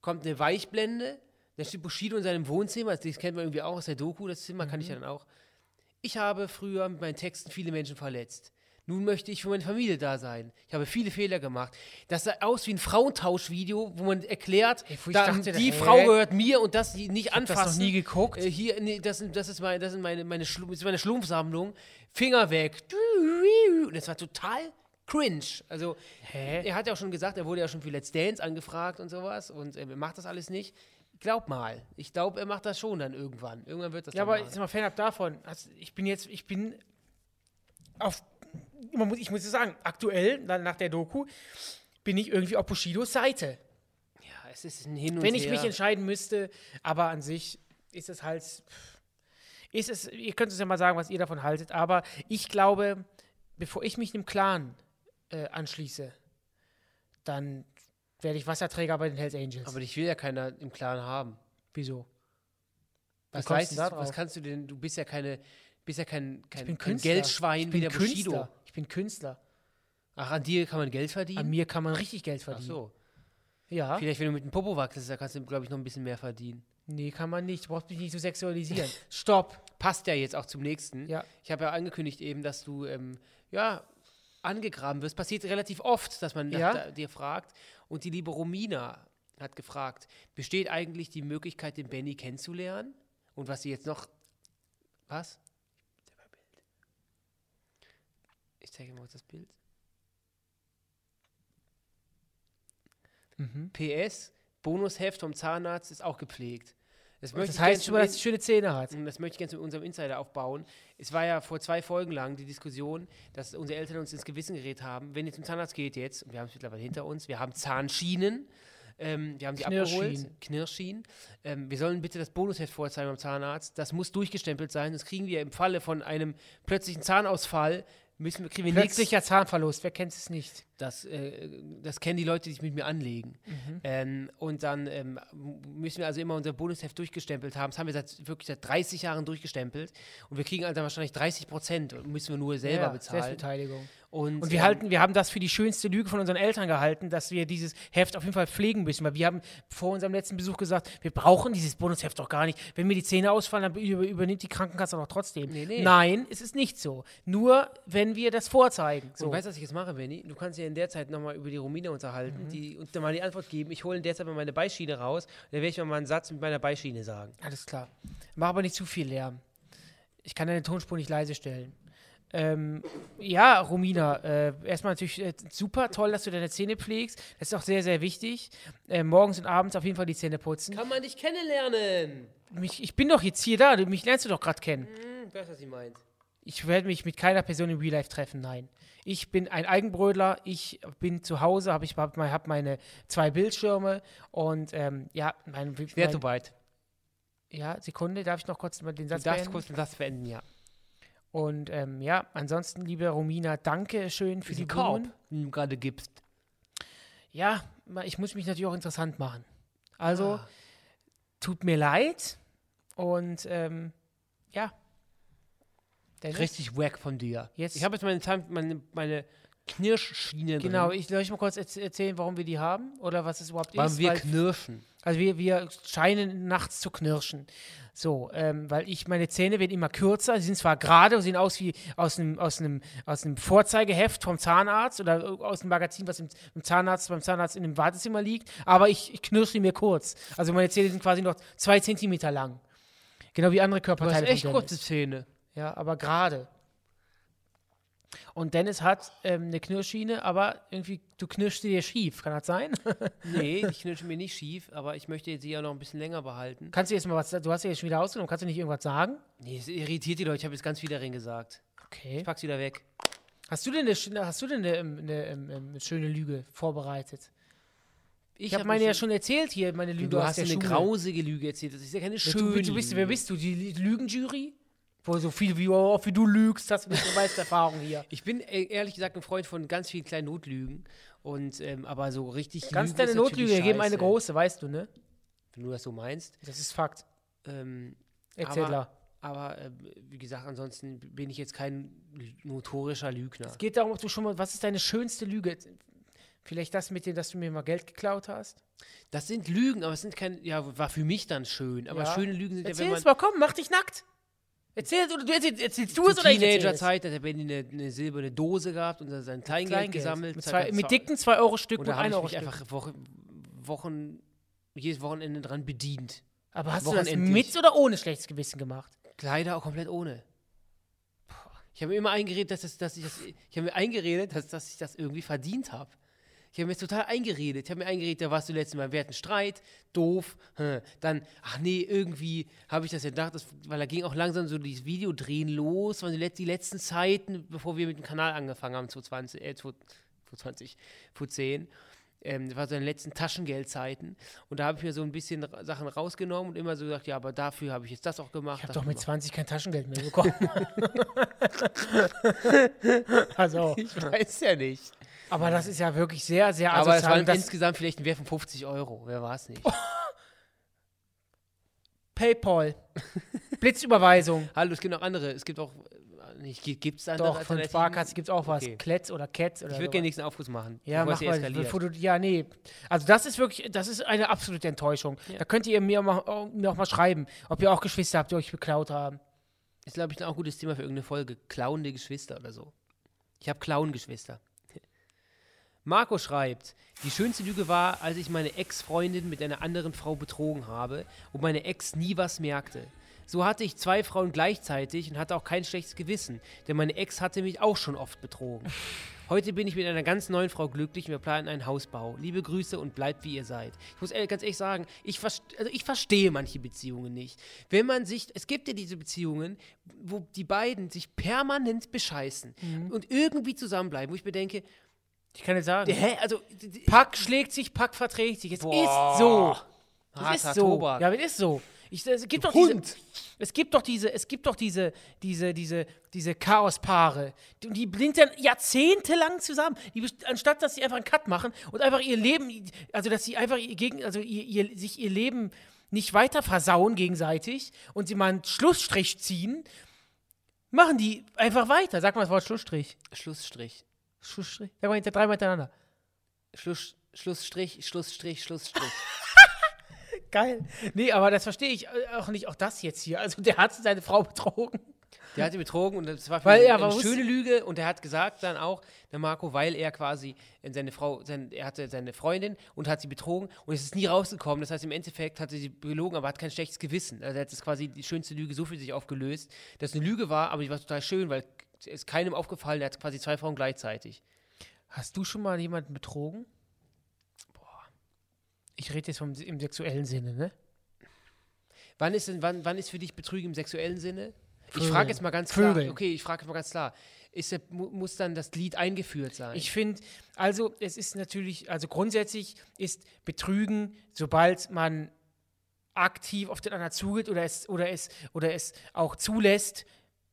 kommt eine Weichblende, da steht Bushido in seinem Wohnzimmer, das kennt man irgendwie auch aus der Doku, das Zimmer mhm. kann ich ja dann auch. Ich habe früher mit meinen Texten viele Menschen verletzt. Nun möchte ich für meine Familie da sein. Ich habe viele Fehler gemacht. Das sah aus wie ein Frauentauschvideo, wo man erklärt, hey, da, dachte, die hey, Frau gehört mir und das nicht ich anfassen. Ich habe das noch nie geguckt. Äh, hier, nee, das, das ist, mein, das ist meine, meine, Schlu- meine Schlumpfsammlung. Finger weg. Und das war total cringe. Also, Hä? Er hat ja auch schon gesagt, er wurde ja schon für Let's Dance angefragt und sowas und er macht das alles nicht. Glaub mal. Ich glaube, er macht das schon dann irgendwann. Irgendwann wird das Ja, dann aber machen. jetzt mal fernab davon. Also ich bin jetzt, ich bin auf, man muss, ich muss sagen, aktuell, nach der Doku, bin ich irgendwie auf Bushidos Seite. Ja, es ist ein Hin und Wenn Her. ich mich entscheiden müsste, aber an sich ist es halt, ist es, ihr könnt es ja mal sagen, was ihr davon haltet, aber ich glaube, bevor ich mich einem Clan äh, anschließe, dann werde ich Wasserträger bei den Hells Angels. Aber dich will ja keiner im Clan haben. Wieso? Was, weißt, da was kannst du denn, du bist ja keine, bist ja kein, kein, ich bin kein Geldschwein ich bin wie der Künstler. Bushido. Ich bin Künstler. Ach, an dir kann man Geld verdienen? An mir kann man richtig Geld verdienen. Ach so. Ja. Vielleicht, wenn du mit dem Popo wachst, da kannst du, glaube ich, noch ein bisschen mehr verdienen. Nee, kann man nicht. Du brauchst mich nicht so sexualisieren. Stopp. Passt ja jetzt auch zum nächsten. Ja. Ich habe ja angekündigt eben, dass du, ähm, ja, angegraben wirst. Passiert relativ oft, dass man ja? nach dir fragt. Und die liebe Romina hat gefragt, besteht eigentlich die Möglichkeit, den Benny kennenzulernen? Und was sie jetzt noch... Was? Ich zeige mal das Bild. Mhm. P S, Bonusheft vom Zahnarzt ist auch gepflegt. Das, das heißt schon, dass es schöne Zähne hat. Das möchte ich gerne mit unserem Insider aufbauen. Es war ja vor zwei Folgen lang die Diskussion, dass unsere Eltern uns ins Gewissen geredet haben, wenn ihr zum Zahnarzt geht jetzt, und wir haben es mittlerweile hinter uns, wir haben Zahnschienen, ähm, wir haben sie abgeholt, Knirschschienen. Ähm, wir sollen bitte das Bonusheft vorzeigen beim Zahnarzt. Das muss durchgestempelt sein, das kriegen wir im Falle von einem plötzlichen Zahnausfall, müssen wir, kriegen wir nichts. Plötzlicher Zahnverlust, wer kennt es nicht? Das, äh, das kennen die Leute, die sich mit mir anlegen. Mhm. Ähm, und dann ähm, müssen wir also immer unser Bonusheft durchgestempelt haben. Das haben wir seit, wirklich seit dreißig Jahren durchgestempelt. Und wir kriegen also wahrscheinlich dreißig Prozent und müssen wir nur selber ja, bezahlen. Selbstbeteiligung. Und, und wir, ähm, halten, wir haben das für die schönste Lüge von unseren Eltern gehalten, dass wir dieses Heft auf jeden Fall pflegen müssen. Weil wir haben vor unserem letzten Besuch gesagt, wir brauchen dieses Bonusheft doch gar nicht. Wenn mir die Zähne ausfallen, dann über, übernimmt die Krankenkasse doch trotzdem. Nee, nee. Nein, es ist nicht so. Nur, wenn wir das vorzeigen. So. Und weißt du, was ich jetzt mache, Benni? Du kannst ja in der Zeit nochmal über die Romina unterhalten Mhm. die, und dann mal die Antwort geben. Ich hole in der Zeit mal meine Beischiene raus und dann werde ich mal einen Satz mit meiner Beischiene sagen. Alles klar. Mach aber nicht zu viel Lärm. Ich kann deine Tonspur nicht leise stellen. Ähm, ja, Romina, äh, erstmal natürlich äh, super toll, dass du deine Zähne pflegst. Das ist auch sehr, sehr wichtig. Äh, morgens und abends auf jeden Fall die Zähne putzen. Kann man dich kennenlernen? Mich, ich bin doch jetzt hier da, du, mich lernst du doch gerade kennen. Hm, ich weiß, was sie meint. Ich werde mich mit keiner Person im Real Life treffen, nein. Ich bin ein Eigenbrödler, ich bin zu Hause, habe ich hab, hab meine zwei Bildschirme und ähm, ja, mein... Ich werde so weit. Ja, Sekunde, darf ich noch kurz mal den Satz beenden? Du darfst beenden? kurz den Satz beenden, ja. Und ähm, ja, ansonsten, liebe Romina, danke schön für die Blumen. Den du gerade gibst. Ja, ich muss mich natürlich auch interessant machen. Also, ah. tut mir leid und ähm, ja. Dennis? Richtig wack von dir. Jetzt ich habe jetzt meine, meine, meine Knirschschiene Genau, drin. ich soll ich mal kurz erzählen, warum wir die haben oder was es überhaupt weil ist. Wir weil wir knirschen. Also wir, wir scheinen nachts zu knirschen. So, ähm, weil ich, meine Zähne werden immer kürzer, sie sind zwar gerade und sehen aus wie aus einem, aus einem, aus einem Vorzeigeheft vom Zahnarzt oder aus einem Magazin, was im, im Zahnarzt, beim Zahnarzt in dem Wartezimmer liegt, aber ich, ich knirsche mir kurz. Also meine Zähne sind quasi noch zwei Zentimeter lang. Genau wie andere Körperteile. Du hast echt kurze Zähne. Ja, aber gerade. Und Dennis hat ähm, eine Knirschschiene, aber irgendwie, du knirschst dir schief, kann das sein? Nee, ich knirsche mir nicht schief, aber ich möchte sie ja noch ein bisschen länger behalten. Kannst du jetzt mal was, du hast ja jetzt schon wieder ausgenommen, kannst du nicht irgendwas sagen? Nee, es irritiert die Leute, ich habe jetzt ganz viel darin gesagt. Okay. Ich pack's wieder weg. Hast du denn eine, hast du denn eine, eine, eine, eine schöne Lüge vorbereitet? Ich, ich habe hab meine ja schon erzählt hier, meine Lüge du aus hast der eine Schule. grausige Lüge erzählt, das ist ja keine schöne du, du bist, Wer bist du, die Lügenjury? Wo so viel wie, oh, wie du lügst, hast du nicht meiste Erfahrung hier. Ich bin ehrlich gesagt ein Freund von ganz vielen kleinen Notlügen. Und, ähm, aber so richtig Ganz kleine Notlügen, wir geben eine große, weißt du, ne? Wenn du das so meinst. Das ist Fakt. Ähm, Erzähler. Aber, aber äh, wie gesagt, ansonsten bin ich jetzt kein notorischer Lügner. Es geht darum, ob du schon mal, was ist deine schönste Lüge? Vielleicht das mit dem, dass du mir mal Geld geklaut hast? Das sind Lügen, aber es sind keine, ja, war für mich dann schön. Aber Ja. schöne Lügen sind Erzähl ja, wenn es man... mal, komm, mach dich nackt. Erzähl es, oder du erzählst, erzählst du es oder ich erzähl es? Teenagerzeit hat der Benny eine, eine silberne Dose gehabt und dann sein Kleingeld, Kleingeld. gesammelt. Mit, Hat zwei, er mit zwar- dicken zwei Euro Stück Und und da habe ein ich Euro mich Stück. einfach Wochen, Wochen, jedes Wochenende dran bedient. Aber hast du das wochenendlich. mit oder ohne schlechtes Gewissen gemacht? Leider auch komplett ohne. Ich habe mir immer eingeredet, dass, das, dass ich das, ich habe mir eingeredet, dass, dass ich das irgendwie verdient habe. Ich habe mir das total eingeredet. Ich habe mir eingeredet, da warst du letztes Mal, wir hatten Streit, doof. Hm. Dann, ach nee, irgendwie habe ich das ja gedacht, das, weil da ging auch langsam so dieses Videodrehen los, waren die, Let die letzten Zeiten, bevor wir mit dem Kanal angefangen haben, zwanzig zwanzig, äh, zwanzig zehn. Ähm, das war so in den letzten Taschengeldzeiten. Und da habe ich mir so ein bisschen ra- Sachen rausgenommen und immer so gesagt, ja, aber dafür habe ich jetzt das auch gemacht. Ich habe das doch mit gemacht. zwanzig kein Taschengeld mehr bekommen. also, Ich weiß ja nicht. aber das ist ja wirklich sehr, sehr Aber es asozial. waren Und das insgesamt vielleicht ein Wert von fünfzig Euro. Wer war es nicht? PayPal. Blitzüberweisung. Hallo, es gibt noch andere. Es gibt auch. Nicht, gibt es andere Doch, von Alternativen? Sparkasse gibt es auch was. Okay. Kletz oder Ketz oder Ich würde so. gerne nächsten Aufguss machen. Ja, bevor mach es hier mal. eskaliert. Bevor du, ja, nee. Also das ist wirklich, das ist eine absolute Enttäuschung. Ja. Da könnt ihr mir, mal, auch- mir auch mal schreiben, ob ihr auch Geschwister habt, die euch beklaut haben. Ist, glaube ich, auch ein gutes Thema für irgendeine Folge. Klauende Geschwister oder so. Ich habe Clown-Geschwister. Marco schreibt, die schönste Lüge war, als ich meine Ex-Freundin mit einer anderen Frau betrogen habe und meine Ex nie was merkte. So hatte ich zwei Frauen gleichzeitig und hatte auch kein schlechtes Gewissen, denn meine Ex hatte mich auch schon oft betrogen. Heute bin ich mit einer ganz neuen Frau glücklich und wir planen einen Hausbau. Liebe Grüße und bleibt wie ihr seid. Ich muss ehrlich, ganz ehrlich sagen, ich, verste also ich verstehe manche Beziehungen nicht. Wenn man sich, es gibt ja diese Beziehungen, wo die beiden sich permanent bescheißen und irgendwie zusammenbleiben, wo ich mir denke, Ich kann nicht sagen. hä, also, d- d- Pack schlägt sich, Pack verträgt sich. Es Boah. ist so. Es Harter ist so. Tobak. Ja, es ist so. Ich, es gibt doch Hund. diese, es gibt doch diese, es gibt doch diese, diese, diese, diese Chaospaare. Die, die sind dann jahrzehntelang zusammen. Die, best- anstatt dass sie einfach einen Cut machen und einfach ihr Leben, also dass sie einfach ihr gegen, also ihr, ihr, sich ihr Leben nicht weiter versauen gegenseitig und sie mal einen Schlussstrich ziehen, machen die einfach weiter. Sag mal das Wort Schlussstrich. Schlussstrich. Schlussstrich. Sag mal hinter dreimal hintereinander. Schluss, Schlussstrich, Schlussstrich, Schlussstrich. Geil. Nee, aber das verstehe ich äh, auch nicht, auch das jetzt hier. Also der hat seine Frau betrogen. Der hat ihn betrogen und das war für Weil ihn er eine aber wusste- schöne Lüge und er hat gesagt dann auch, der Marco, weil er quasi äh, seine Frau, sein, er hatte seine Freundin und hat sie betrogen und es ist nie rausgekommen. Das heißt, im Endeffekt hat er sie belogen, aber hat kein schlechtes Gewissen. Also er hat das quasi die schönste Lüge so für sich aufgelöst, dass es eine Lüge war, aber die war total schön, weil es ist keinem aufgefallen, er hat quasi zwei Frauen gleichzeitig. Hast du schon mal jemanden betrogen? Boah. Ich rede jetzt vom, im sexuellen Sinne, ne? Wann ist denn, wann, wann ist für dich Betrügen im sexuellen Sinne? Ich Vögeln. frage jetzt mal ganz Vögeln. klar. Okay, ich frage jetzt mal ganz klar. Ist der, mu muss dann das Lied eingeführt sein? Ich finde, also es ist natürlich, also grundsätzlich ist Betrügen, sobald man aktiv auf den anderen zugeht oder es, oder es, oder es auch zulässt,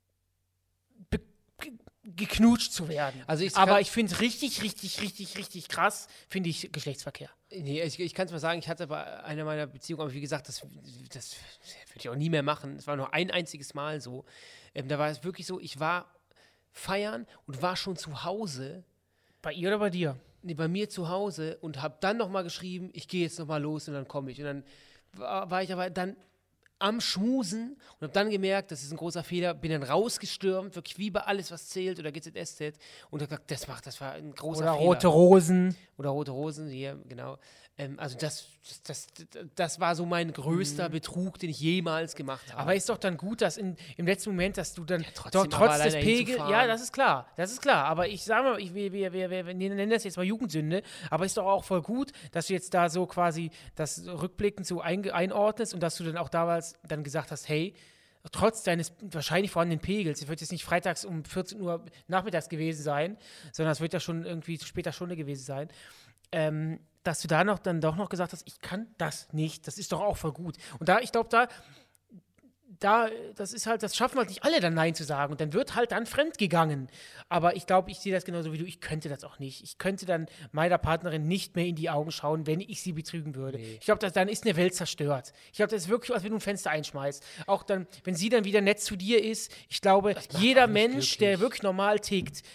be- ge- geknutscht zu werden. Also ich Aber kann- ich finde richtig, richtig, richtig, richtig krass, finde ich Geschlechtsverkehr. Nee, ich, ich kann es mal sagen, ich hatte bei einer meiner Beziehungen, aber wie gesagt, das, das würde ich auch nie mehr machen. Es war nur ein einziges Mal so. Ähm, da war es wirklich so, ich war feiern und war schon zu Hause, Bei ihr oder bei dir? nee, bei mir zu Hause und habe dann nochmal geschrieben, ich gehe jetzt nochmal los und dann komme ich. Und dann war, war ich aber dann am Schmusen und habe dann gemerkt, das ist ein großer Fehler, bin dann rausgestürmt, wirklich wie bei Alles, was zählt oder G Z S Z und habe gesagt, das macht, das war ein großer Oder Fehler. rote Rosen. Oder Rote Rosen, hier, genau. Ähm, also das, das, das, das war so mein größter Betrug, den ich jemals gemacht habe. Mhm. Aber ist doch dann gut, dass in, im letzten Moment, dass du dann trotzdem doch aber trotz des alleine Pegels, hinzufahren. ja, das ist klar, das ist klar. Aber ich sage mal, ich, wir, wir, wir, wir nennen das jetzt mal Jugendsünde, aber ist doch auch voll gut, dass du jetzt da so quasi das rückblickend so einge- einordnest und dass du dann auch damals dann gesagt hast, hey, trotz deines wahrscheinlich vorhandenen Pegels, es wird jetzt nicht freitags um vierzehn Uhr nachmittags gewesen sein, sondern es wird ja schon irgendwie zu später Stunde gewesen sein, ähm, dass du da noch dann doch noch gesagt hast, ich kann das nicht, das ist doch auch voll gut. Und da, ich glaube, da, da, das ist halt, das schaffen halt nicht alle dann Nein zu sagen und dann wird halt dann fremd gegangen. Aber ich glaube, ich sehe das genauso wie du, ich könnte das auch nicht. Ich könnte dann meiner Partnerin nicht mehr in die Augen schauen, wenn ich sie betrügen würde. Nee. Ich glaube, dann ist eine Welt zerstört. Ich glaube, das ist wirklich, als wenn du ein Fenster einschmeißt. Auch dann, wenn sie dann wieder nett zu dir ist, ich glaube, macht jeder auch nicht Mensch, der glücklich. wirklich normal tickt,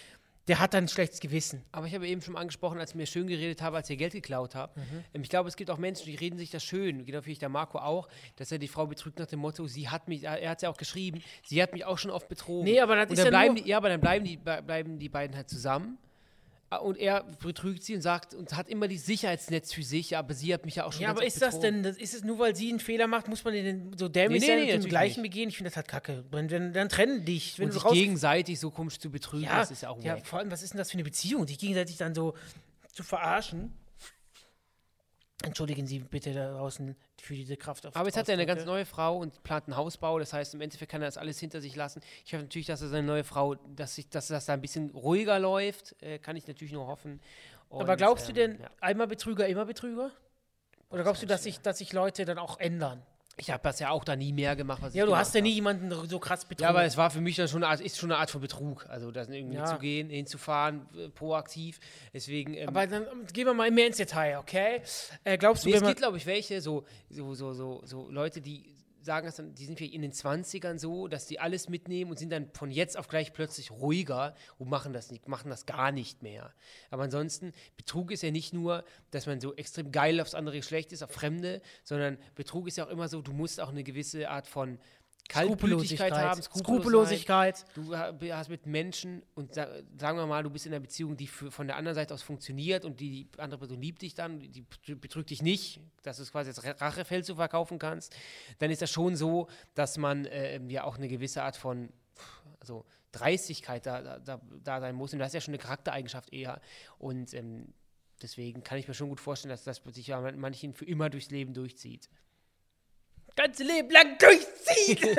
der hat dann ein schlechtes Gewissen. Aber ich habe eben schon mal angesprochen, als ich mir schön geredet habe, als ich Geld geklaut habe. Mhm. Ich glaube, es gibt auch Menschen, die reden sich das schön, genau wie der Marco auch, dass er die Frau betrügt nach dem Motto, sie hat mich, er hat es ja auch geschrieben, sie hat mich auch schon oft betrogen. Nee, aber das und ist dann ja bleiben nur... die, Ja, aber dann bleiben die, bleiben die beiden halt zusammen. Und er betrügt sie und sagt und hat immer die Sicherheitsnetz für sich, aber sie hat mich ja auch schon Ja, ganz aber oft ist das betrogen. denn, das, ist es nur, weil sie einen Fehler macht, muss man den so dämlich Nee, nee, sein nee, und den natürlich gleichen nicht. begehen? Ich finde das halt kacke. Wenn, wenn, dann trennen dich. Wenn Und du sich raus... gegenseitig so komisch zu betrügen, ja, das ist ja auch ja, wack. vor allem, was ist denn das für eine Beziehung, dich gegenseitig dann so zu verarschen? Entschuldigen Sie bitte da draußen für diese Kraft. Aber jetzt hat er eine ganz neue Frau und plant einen Hausbau. Das heißt, im Endeffekt kann er das alles hinter sich lassen. Ich hoffe natürlich, dass er seine neue Frau, dass, ich, dass das da ein bisschen ruhiger läuft. Äh, kann ich natürlich nur hoffen. Und, Aber glaubst ähm, du denn, ja. einmal Betrüger, immer Betrüger? Oder glaubst du, dass sich, dass sich Leute dann auch ändern? Ich habe das ja auch da nie mehr gemacht. Was Ja, ich du hast ja gemacht nie jemanden so krass betrogen. Ja, aber es war für mich dann schon eine Art, ist schon eine Art von Betrug. Also da irgendwie Ja. zu gehen, hinzufahren, äh, proaktiv. Deswegen. Ähm, Aber dann ähm, gehen wir mal mehr ins Detail, okay? Äh, glaubst du, nee, wenn es man... gibt, glaube ich, welche, so, so, so, so, so Leute, die sagen das dann, die sind vielleicht in den zwanzigern so, dass die alles mitnehmen und sind dann von jetzt auf gleich plötzlich ruhiger und machen das nicht, machen das gar nicht mehr. Aber ansonsten, Betrug ist ja nicht nur, dass man so extrem geil aufs andere Geschlecht ist, auf Fremde, sondern Betrug ist ja auch immer so, du musst auch eine gewisse Art von Kaltblütigkeit haben, Skrupellosigkeit. Du hast mit Menschen und sa- sagen wir mal, du bist in einer Beziehung, die für, von der anderen Seite aus funktioniert und die, die andere Person liebt dich dann, die betrügt dich nicht, dass du es quasi als Rachefeldzug verkaufen kannst, dann ist das schon so, dass man äh, ja auch eine gewisse Art von also Dreistigkeit da, da, da sein muss und das ist ja schon eine Charaktereigenschaft eher und ähm, deswegen kann ich mir schon gut vorstellen, dass das sich ja manchen für immer durchs Leben durchzieht. Ganze Leben lang durchziehen.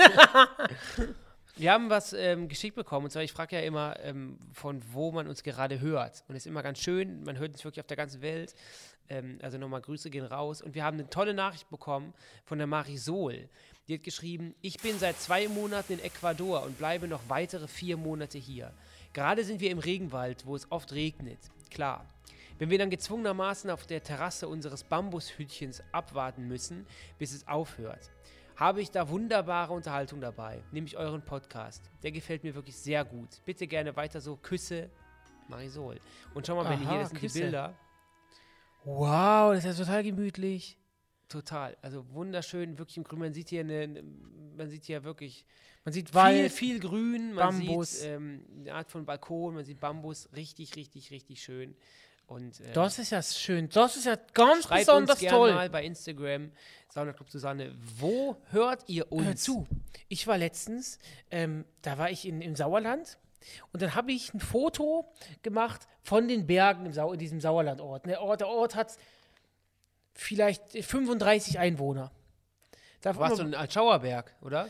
Wir haben was ähm, geschickt bekommen, und zwar, ich frage ja immer, ähm, von wo man uns gerade hört. Und es ist immer ganz schön, man hört uns wirklich auf der ganzen Welt. Ähm, also nochmal Grüße gehen raus. Und wir haben eine tolle Nachricht bekommen von der Marisol. Die hat geschrieben, ich bin seit zwei Monaten in Ecuador und bleibe noch weitere vier Monate hier. Gerade sind wir im Regenwald, wo es oft regnet. Klar. Wenn wir dann gezwungenermaßen auf der Terrasse unseres Bambushütchens abwarten müssen, bis es aufhört, habe ich da wunderbare Unterhaltung dabei, nämlich euren Podcast. Der gefällt mir wirklich sehr gut. Bitte gerne weiter so. Küsse, Marisol. Und schau mal, wenn ihr hier, das sind die Küsse. Bilder. Wow, das ist ja total gemütlich. Total, also wunderschön, wirklich im Grün. Man sieht hier, eine, man sieht hier wirklich Man sieht viel, Wald, viel Grün. Man Bambus. sieht ähm, eine Art von Balkon, man sieht Bambus. Richtig, richtig, richtig schön. Und, ähm, das ist ja schön. Das ist ja ganz schreibt besonders uns gerne toll. mal bei Instagram, Saunaclub Susanne, wo hört ihr uns? Hör zu. Ich war letztens, ähm, da war ich in, im Sauerland und dann habe ich ein Foto gemacht von den Bergen im Sau in diesem Sauerlandort. Der Ort, der Ort hat vielleicht fünfunddreißig Einwohner. Da Warst du in Altschauerberg, oder?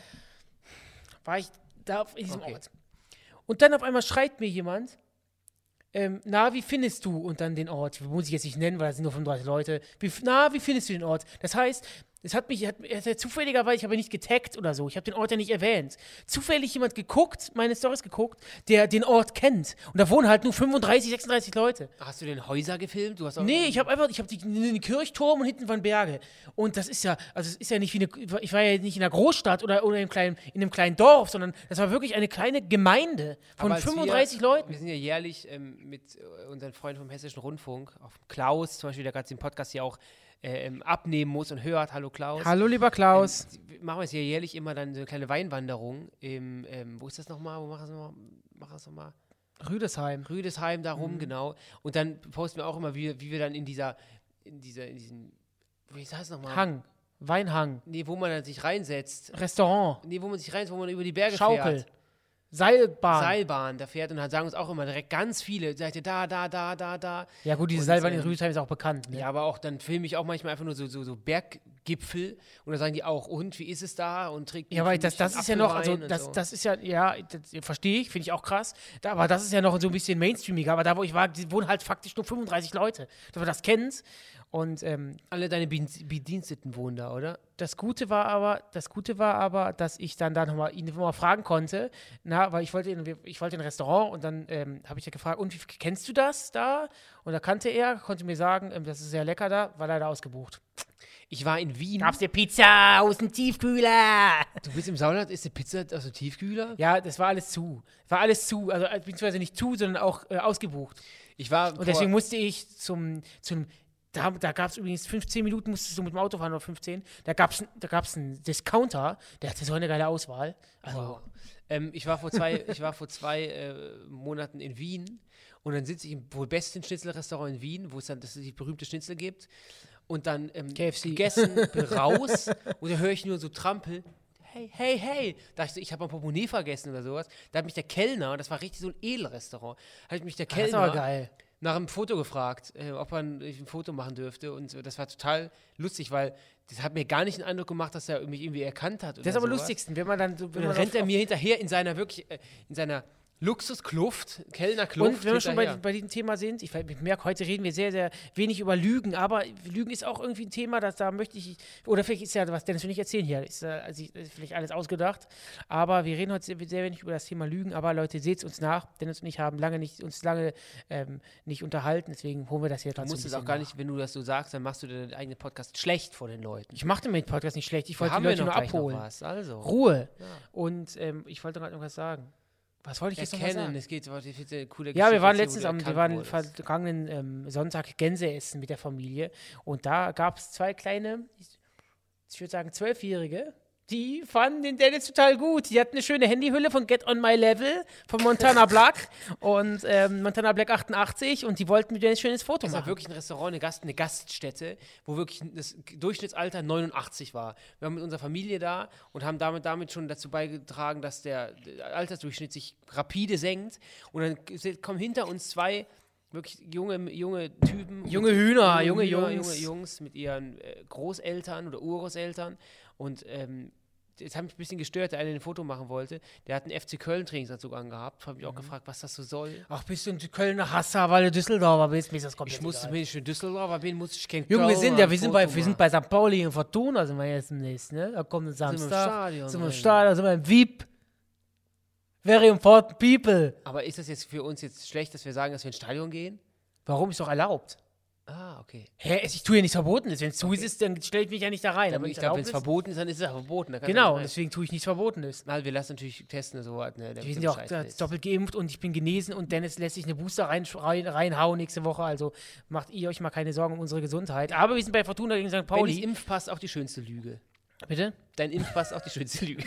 war ich da in diesem Okay. Ort. Und dann auf einmal schreit mir jemand, ähm, na, wie findest du, und dann den Ort, muss ich jetzt nicht nennen, weil das sind nur fünfunddreißig Leute, wie, na, wie findest du den Ort? Das heißt, es hat mich, hat, es hat zufälligerweise, ich habe nicht getaggt oder so, ich habe den Ort ja nicht erwähnt. Zufällig jemand geguckt, meine Storys geguckt, der den Ort kennt. Und da wohnen halt nur fünfunddreißig, sechsunddreißig Leute. Hast du den Häuser gefilmt? Du hast auch Nee, ich habe einfach, ich habe den Kirchturm und hinten waren Berge. Und das ist ja, also es ist ja nicht wie eine, ich war ja nicht in einer Großstadt oder, oder in, einem kleinen, in einem kleinen Dorf, sondern das war wirklich eine kleine Gemeinde von Aber als fünfunddreißig wir, Leuten. Wir sind ja jährlich ähm, mit äh, unseren Freunden vom Hessischen Rundfunk, auf Klaus zum Beispiel, der gerade den Podcast hier auch äh, ähm, abnehmen muss und hört. Hallo Klaus. Hallo, lieber Klaus. Ähm, machen wir es ja jährlich immer dann so eine kleine Weinwanderung im, ähm, wo ist das nochmal? Wo machen wir es nochmal? Machen wir es nochmal? Rüdesheim. Rüdesheim darum, Mhm. genau. Und dann posten wir auch immer, wie, wie wir dann in dieser, in dieser, in diesem, wie heißt das nochmal? Hang. Weinhang. Nee, wo man dann sich reinsetzt. Restaurant. Nee, wo man sich reinsetzt, wo man über die Berge Schaukel. fährt. Seilbahn. Seilbahn, da fährt und dann sagen uns auch immer direkt ganz viele, seid ihr da, da, da, da, da. ja gut, diese Und, Seilbahn in ähm, Rüdesheim ist auch bekannt. Ne? Ja, aber auch, dann filme ich auch manchmal einfach nur so, so, so Berggipfel und dann sagen die auch, und, wie ist es da? Und trinken Ja, weil das, das ist ja noch, also Apfelwein und das, so. das ist ja, ja, das verstehe ich, finde ich auch krass. Da, aber das ist ja noch so ein bisschen mainstreamiger. Aber da, wo ich war, die wohnen halt faktisch nur fünfunddreißig Leute, dass man das kennt. Und ähm, Alle deine Bedien- Bediensteten wohnen da, oder? das Gute war aber, das Gute war aber, dass ich dann da nochmal ihn mal fragen konnte, na, weil ich wollte, in, ich wollte in ein Restaurant und dann ähm, habe ich ja gefragt, und wie kennst du das da? Und da kannte er, konnte mir sagen, ähm, das ist sehr lecker da, war leider ausgebucht. Ich war in Wien. Gab's eine Pizza aus dem Tiefkühler? Du bist im Sauerland, ist eine Pizza aus dem Tiefkühler? Ja, das war alles zu. War alles zu, also beziehungsweise nicht zu, sondern auch äh, ausgebucht. Ich war Und deswegen musste ich zum, zum da, da gab es übrigens fünfzehn Minuten, musstest du mit dem Auto fahren, oder fünfzehn. Da gab es da gab's einen Discounter, der hatte so eine geile Auswahl. Also, wow. ähm, ich war vor zwei, ich war vor zwei äh, Monaten in Wien und dann sitze ich im wohl besten Schnitzelrestaurant in Wien, wo es dann das die berühmte Schnitzel gibt. Und dann ähm, K F C. gegessen, bin raus und dann höre ich nur so Trampel. Hey, hey, hey. Da ich so, ich habe ein Portemonnaie vergessen oder sowas. Da hat mich der Kellner, das war richtig so ein Edelrestaurant, hat mich der das ist Kellner aber geil. nach einem Foto gefragt, äh, ob man ein Foto machen dürfte. Und so, das war total lustig, weil das hat mir gar nicht den Eindruck gemacht, dass er mich irgendwie erkannt hat. Das ist aber am lustigsten, wenn man dann so. Und dann rennt er mir hinterher in seiner wirklich, äh, in seiner Luxuskluft, Kellnerkluft. Und wenn wir schon bei, bei diesem Thema sind, ich, ich merke, heute reden wir sehr, sehr wenig über Lügen, aber Lügen ist auch irgendwie ein Thema, das da möchte ich, oder vielleicht ist ja, was Dennis will nicht erzählen hier, ist, also ist vielleicht alles ausgedacht, aber wir reden heute sehr, sehr wenig über das Thema Lügen, aber Leute, seht es uns nach, Dennis und ich haben lange nicht, uns lange ähm, nicht unterhalten, deswegen holen wir das hier trotzdem. Du musst es auch gar nicht, wenn du das so sagst, dann machst du deinen eigenen Podcast schlecht vor den Leuten. Ich mache den Podcast nicht schlecht, ich wollte da die Leute wir noch nur gleich abholen. Noch was. Also. Ruhe. Ja. Und ähm, ich wollte gerade noch was sagen. Was wollte ich jetzt noch mal Erkennen, sagen? es geht, warte, ich eine coole Ja, wir waren Geschichte, letztens wo am, du wir waren erkannt wurdest. vergangenen ähm, Sonntag Gänse essen mit der Familie und da gab es zwei kleine, ich würde sagen Zwölfjährige, die fanden den Dennis total gut. Die hatten eine schöne Handyhülle von Get On My Level von Montana Black und ähm, Montana Black achtundachtzig und die wollten mit Dennis ein schönes Foto Das war machen. wirklich ein Restaurant, eine, Gast, eine Gaststätte, wo wirklich das Durchschnittsalter neunundachtzig war. Wir waren mit unserer Familie da und haben damit, damit schon dazu beigetragen, dass der Altersdurchschnitt sich rapide senkt. Und dann kommen hinter uns zwei wirklich junge, junge Typen. Junge Hühner, junge Hühner, Jungs. Junge Jungs mit ihren äh, Großeltern oder Urgroßeltern. Und ähm, das hat mich ein bisschen gestört, der eine ein Foto machen wollte. Der hat einen F C Köln-Trainingsanzug angehabt. Habe mich auch gefragt, was das so soll. Ach, bist du ein Kölner Hasser, weil du Düsseldorfer bist? Mir ist das komplett Ich musste, egal. wenn ich in Düsseldorfer bin, muss ich kein Junge, wir sind ja, wir sind, bei, Foto wir sind machen. bei Sankt Pauli und Fortuna, sind wir jetzt demnächst, ne? Da kommt ein Sind wir im Samstag, Stadion sind wir im drin. Stadion, sind wir im V I P. Very important people. Aber ist das jetzt für uns jetzt schlecht, dass wir sagen, dass wir ins Stadion gehen? Warum ist doch erlaubt? Ah, okay. Hä, ich tue ja nichts Verbotenes. Wenn es zu ist, dann stelle ich mich ja nicht da rein. Aber wenn ich es glaube, wenn es erlaubt verboten ist, dann ist es ja verboten. Da ist, kannst du genau, nicht und rein. deswegen tue ich nichts Verbotenes. Na, wir lassen natürlich testen, so was. Ne, Wir sind ja auch äh, doppelt geimpft und ich bin genesen und Dennis lässt sich eine Booster rein, rein, reinhauen nächste Woche. Also macht ihr euch mal keine Sorgen um unsere Gesundheit. Aber wir sind bei Fortuna gegen Sankt Pauli. Pauli. Impfpass auch die schönste Lüge. Bitte? Dein Impfpass auch die schönste Lüge.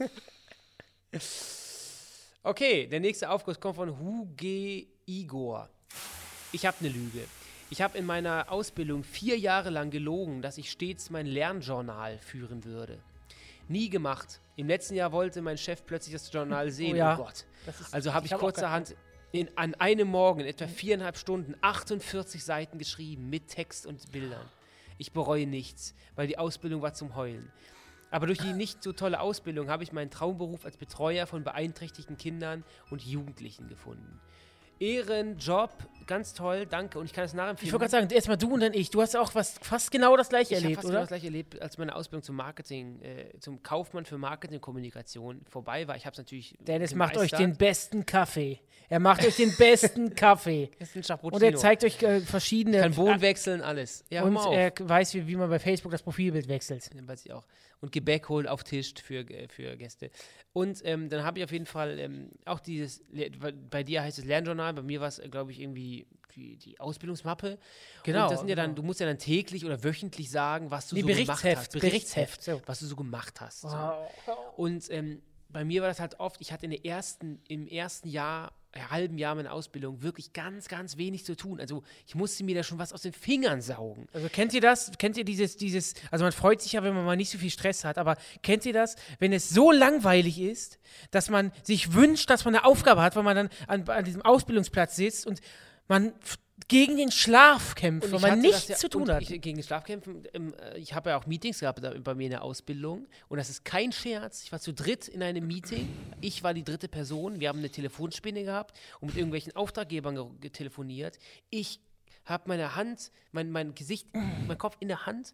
Okay, der nächste Aufguss kommt von Huge Igor. Ich habe eine Lüge. Ich habe in meiner Ausbildung vier Jahre lang gelogen, dass ich stets mein Lernjournal führen würde. Nie gemacht. Im letzten Jahr wollte mein Chef plötzlich das Journal sehen. Oh ja. Oh Gott. Das ist- Also habe ich hab auch kurzerhand in, an einem Morgen, in etwa viereinhalb Stunden, achtundvierzig Seiten geschrieben mit Text und Bildern. Ich bereue nichts, weil die Ausbildung war zum Heulen. Aber durch die nicht so tolle Ausbildung habe ich meinen Traumberuf als Betreuer von beeinträchtigten Kindern und Jugendlichen gefunden. Ehrenjob, ganz toll, danke. Und ich kann es nachempfehlen. Ich wollte gerade sagen, erstmal du und dann ich. Du hast auch was fast genau das gleiche Ich habe erlebt, fast oder? genau das gleiche erlebt, als meine Ausbildung zum Marketing, äh, zum Kaufmann für Marketingkommunikation vorbei war. Ich habe es natürlich Dennis macht euch gemeistert. den besten Kaffee. Er macht euch den besten Kaffee. Das ist ein Cappuccino. Und er zeigt euch äh, verschiedene... kann Boden wechseln, alles. Ja, hör und mal auf. er weiß, wie, wie man bei Facebook das Profilbild wechselt. Ja, weiß ich auch. Und Gebäck holen auf Tisch für, äh, für Gäste. Und ähm, dann habe ich auf jeden Fall ähm, auch dieses, Le- bei dir heißt es Lernjournal, bei mir war es, glaube ich, irgendwie die, die Ausbildungsmappe. Genau, Und das sind ja dann, genau. du musst ja dann täglich oder wöchentlich sagen, was du Nee, so Berichtsheft, gemacht hast. Berichtsheft, so. Was du so gemacht hast. So. Wow. Und ähm, bei mir war das halt oft, ich hatte in der ersten, im ersten Jahr, äh, halben Jahr meiner Ausbildung wirklich ganz, ganz wenig zu tun. Also ich musste mir da schon was aus den Fingern saugen. Also kennt ihr das? Kennt ihr dieses, dieses, also man freut sich ja, wenn man mal nicht so viel Stress hat, aber kennt ihr das, wenn es so langweilig ist, dass man sich wünscht, dass man eine Aufgabe hat, weil man dann an, an diesem Ausbildungsplatz sitzt und man f- gegen den Schlaf kämpft, Und weil ich man hatte nichts das ja- zu tun und hat. Ich, gegen Schlafkämpfen, ähm, äh, ich habe ja auch Meetings gehabt da, bei mir in der Ausbildung und das ist kein Scherz. Ich war zu dritt in einem Meeting. Ich war die dritte Person. Wir haben eine Telefonspinne gehabt und mit irgendwelchen Auftraggebern ge- getelefoniert. Ich habe meine Hand, mein, mein Gesicht, mein Kopf in der Hand,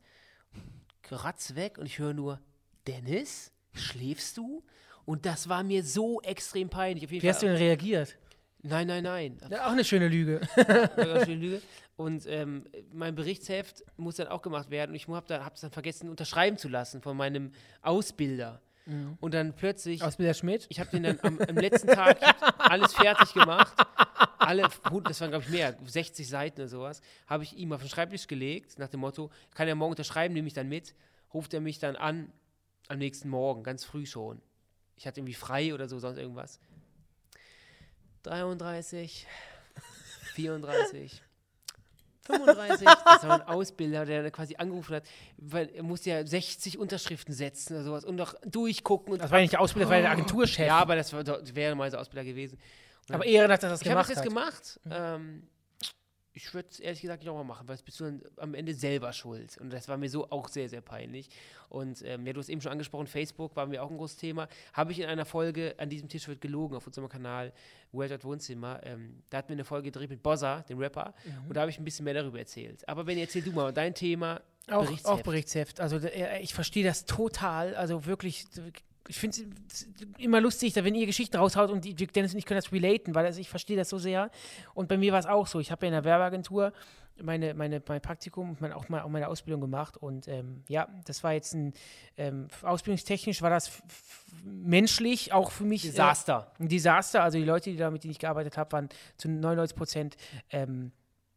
ratz weg und ich höre nur, Dennis, schläfst du? Und das war mir so extrem peinlich. Auf jeden Wie hast du Fall, denn reagiert? Nein, nein, nein. Ja, auch eine schöne Lüge. Eine schöne Lüge. Und ähm, mein Berichtsheft muss dann auch gemacht werden. Und ich habe da, es dann vergessen, unterschreiben zu lassen von meinem Ausbilder. Mhm. Und dann plötzlich... Ausbilder Schmidt? Ich habe den dann am, am letzten Tag alles fertig gemacht. Alle, das waren, glaube ich, mehr, sechzig Seiten oder sowas, habe ich ihm auf den Schreibtisch gelegt, nach dem Motto, kann er morgen unterschreiben, nehme ich dann mit, ruft er mich dann an, am nächsten Morgen, ganz früh schon. Ich hatte irgendwie frei oder so, sonst irgendwas. dreiunddreißig, vierunddreißig, fünfunddreißig, das war ein Ausbilder, der quasi angerufen hat, weil er musste ja sechzig Unterschriften setzen oder sowas und noch durchgucken. Und das war ja nicht der Ausbilder, das war ja der Agenturchef. Ja, aber das, war, das wäre mal so Ausbilder gewesen. Und aber Ehren, dass er das ich gemacht hat. Ich habe es jetzt gemacht. Mhm. Ähm, ich würde es ehrlich gesagt nicht nochmal machen, weil es bist du dann am Ende selber schuld. Und das war mir so auch sehr, sehr peinlich. Und ähm, ja, du hast eben schon angesprochen, Facebook war mir auch ein großes Thema. Habe ich in einer Folge, an diesem Tisch wird gelogen, auf unserem Kanal World at Wohnzimmer, ähm, da hatten wir eine Folge gedreht mit Bozza, dem Rapper. Mhm. Und da habe ich ein bisschen mehr darüber erzählt. Aber Benni, erzähl du mal dein Thema. Auch Berichtsheft. Auch Berichtsheft. Also ich verstehe das total. Also wirklich... Ich finde es immer lustig, wenn ihr Geschichten raushaut und die Dennis und ich können das relaten, weil also ich verstehe das so sehr. Und bei mir war es auch so. Ich habe ja in der Werbeagentur meine, meine, mein Praktikum, mein, auch, mal, auch meine Ausbildung gemacht. Und ähm, ja, das war jetzt ein, ähm, ausbildungstechnisch war das f- f- menschlich auch für mich Desaster. Äh, ein Desaster. Also die Leute, die da, mit denen ich gearbeitet habe, waren zu neunundneunzig Prozent, ähm,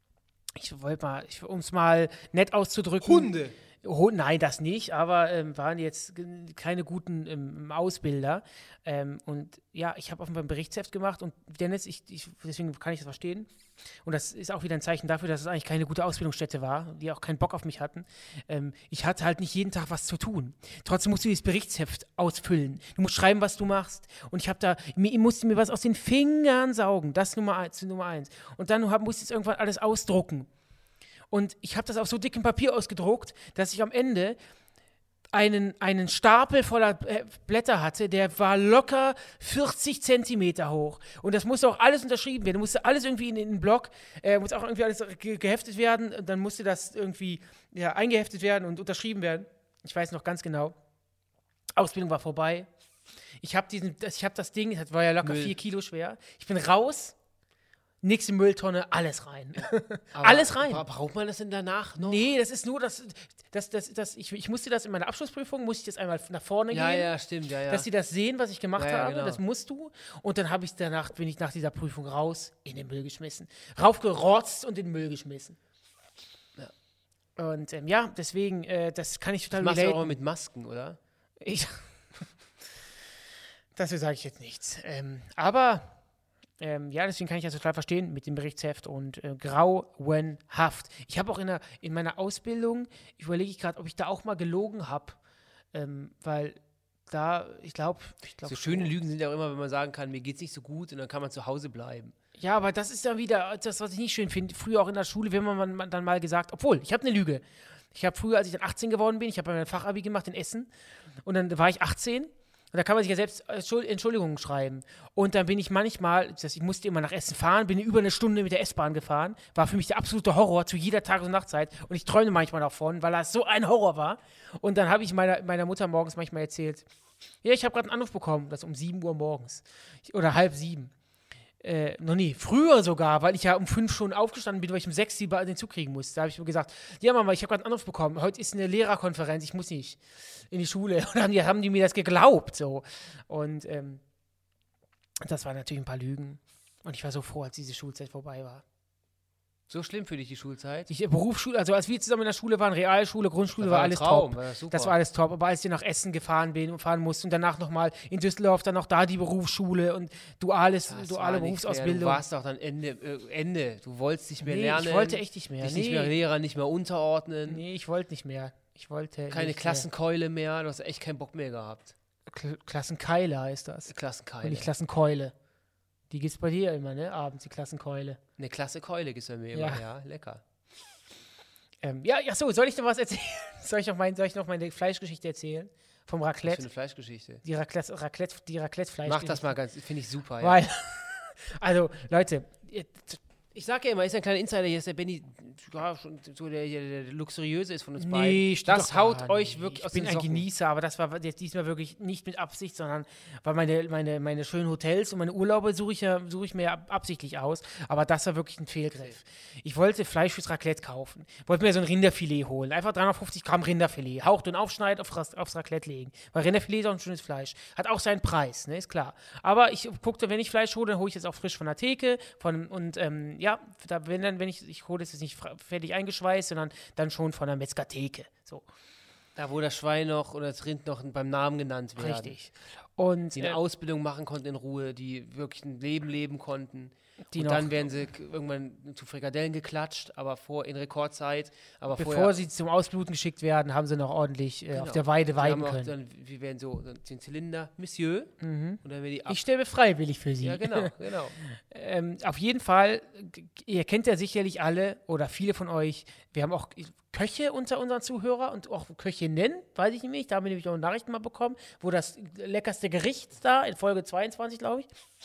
ich wollte mal, um es mal nett auszudrücken. Hunde! Oh, nein, das nicht, aber ähm, waren jetzt g- keine guten ähm, Ausbilder. Ähm, und ja, ich habe auf jeden Fall ein Berichtsheft gemacht und Dennis, ich, ich, deswegen kann ich das verstehen. Und das ist auch wieder ein Zeichen dafür, dass es eigentlich keine gute Ausbildungsstätte war, die auch keinen Bock auf mich hatten. Ähm, ich hatte halt nicht jeden Tag was zu tun. Trotzdem musst du dieses Berichtsheft ausfüllen. Du musst schreiben, was du machst. Und ich habe da, mir, ich musste mir was aus den Fingern saugen. Das Nummer eins, Nummer eins. Und dann hab, musste ich irgendwann alles ausdrucken. Und ich habe das auf so dickem Papier ausgedruckt, dass ich am Ende einen, einen Stapel voller äh, Blätter hatte, der war locker vierzig Zentimeter hoch. Und das musste auch alles unterschrieben werden. Musste alles irgendwie in, in den Block, äh, muss auch irgendwie alles ge- geheftet werden. Und dann musste das irgendwie ja, eingeheftet werden und unterschrieben werden. Ich weiß noch ganz genau. Ausbildung war vorbei. Ich habe hab das Ding, das war ja locker Müll. vier Kilo schwer. Ich bin raus. Nächste Mülltonne, alles rein. Alles rein. Aber braucht man das denn danach noch? Nee, das ist nur, das, das, das, das, ich, ich musste das in meiner Abschlussprüfung, musste ich das einmal nach vorne ja, gehen. Ja, ja, stimmt, ja, ja. Dass sie das sehen, was ich gemacht ja, ja, habe, genau. Das musst du. Und dann habe ich danach, bin ich nach dieser Prüfung raus, in den Müll geschmissen. Raufgerotzt und in den Müll geschmissen. Ja. Und ähm, ja, deswegen, äh, das kann ich total relaten. Das machst du auch mit Masken, oder? Ich Dazu sage ich jetzt nichts. Ähm, aber Ähm, ja, deswegen kann ich das total verstehen mit dem Berichtsheft und äh, grauenhaft. Ich habe auch in, der, in meiner Ausbildung, ich überlege ich gerade, ob ich da auch mal gelogen habe, ähm, weil da, ich glaube... Ich glaub, so schöne Lügen sind ja auch immer, wenn man sagen kann, mir geht's nicht so gut und dann kann man zu Hause bleiben. Ja, aber das ist dann wieder das, was ich nicht schön finde. Früher auch in der Schule, wenn man, man dann mal gesagt, obwohl, ich habe eine Lüge. Ich habe früher, als ich dann achtzehn geworden bin, ich habe mein Fachabi gemacht in Essen und dann war ich achtzehn. Und da kann man sich ja selbst Entschuldigungen schreiben. Und dann bin ich manchmal, das, ich musste immer nach Essen fahren, bin über eine Stunde mit der S-Bahn gefahren. War für mich der absolute Horror zu jeder Tages- und Nachtzeit. Und ich träumte manchmal davon, weil das so ein Horror war. Und dann habe ich meiner, meiner Mutter morgens manchmal erzählt, ja, ich habe gerade einen Anruf bekommen, das um sieben Uhr morgens. Oder halb sieben. Äh, noch nie, früher sogar, weil ich ja um fünf schon aufgestanden bin, weil ich um sechs den Zug kriegen musste. Da habe ich mir gesagt, ja Mama, ich habe gerade einen Anruf bekommen, heute ist eine Lehrerkonferenz, ich muss nicht in die Schule. Und dann haben die, haben die mir das geglaubt. So. Und ähm, das waren natürlich ein paar Lügen. Und ich war so froh, als diese Schulzeit vorbei war. So schlimm für dich die Schulzeit? Die Berufsschule, also als wir zusammen in der Schule waren, Realschule, Grundschule, war, war alles Traum, top. war das, das war alles top. Aber als ich nach Essen gefahren bin und fahren musste und danach nochmal in Düsseldorf, dann noch da die Berufsschule und duales, duale Berufsausbildung. Du warst doch dann Ende, äh, Ende. Du wolltest nicht mehr nee, lernen. Ich wollte echt nicht mehr. Dich nee. nicht mehr Lehrer, nicht mehr unterordnen. Nee, ich wollte nicht mehr. Ich wollte Keine nicht Klassenkeule mehr. mehr. Du hast echt keinen Bock mehr gehabt. K- Klassenkeile heißt das. Klassenkeile. Und nicht Klassenkeule. Die gibt's bei dir immer, ne? Abends, die Klassenkeule. Eine Klassenkeule gibt's bei mir immer, ja. ja lecker. Ähm, ja, ja, so, soll ich noch was erzählen? soll, ich noch mein, soll ich noch meine Fleischgeschichte erzählen? Vom Raclette? Was für eine Fleischgeschichte? Die Raclette, Raclette, die Raclette-Fleisch. Mach das mal ganz, finde ich super, Weil, ja. also, Leute, ich sag ja immer, ist ein kleiner Insider hier, ist der Benni, ja, schon so der, der, der luxuriöse ist von uns Nee, beiden. stimmt Das doch haut gar euch nicht. wirklich Ich aus bin den ein Socken. Genießer, aber das war jetzt diesmal wirklich nicht mit Absicht, sondern weil meine, meine, meine schönen Hotels und meine Urlaube suche ich, ja, suche ich mir ja absichtlich aus. Aber das war wirklich ein Fehlgriff. Ich wollte Fleisch fürs Raclette kaufen. Wollte mir so ein Rinderfilet holen. Einfach dreihundertfünfzig Gramm Rinderfilet. Hauchdünn aufschneiden, auf, aufs Raclette legen. Weil Rinderfilet ist auch ein schönes Fleisch. Hat auch seinen Preis, ne, ist klar. Aber ich guckte, wenn ich Fleisch hole, dann hole ich es auch frisch von der Theke. Von, und ähm, ja, da, wenn, dann, wenn ich, ich hole es jetzt nicht fertig eingeschweißt, sondern dann schon von der Metzgertheke. So. Da, wo das Schwein noch oder das Rind noch beim Namen genannt werden. Richtig. Und Die eine äh, Ausbildung machen konnten in Ruhe, die wirklich ein Leben leben konnten. Die und noch- dann werden sie k- irgendwann zu Frikadellen geklatscht, aber vor in Rekordzeit. Aber bevor vorher, sie zum Ausbluten geschickt werden, haben sie noch ordentlich äh, auf Genau. der Weide die weiden haben auch können. Dann, wir werden so dann den Zylinder, Monsieur, und dann werden die ab. Ich sterbe freiwillig für sie. Ja, genau, genau. Ähm, auf jeden Fall, g- ihr kennt ja sicherlich alle oder viele von euch, wir haben auch Köche unter unseren Zuhörern und auch Köchinnen, weiß ich nicht, da haben wir nämlich auch Nachrichten mal bekommen, wo das leckerste Gericht da, in Folge zweiundzwanzig, glaube ich.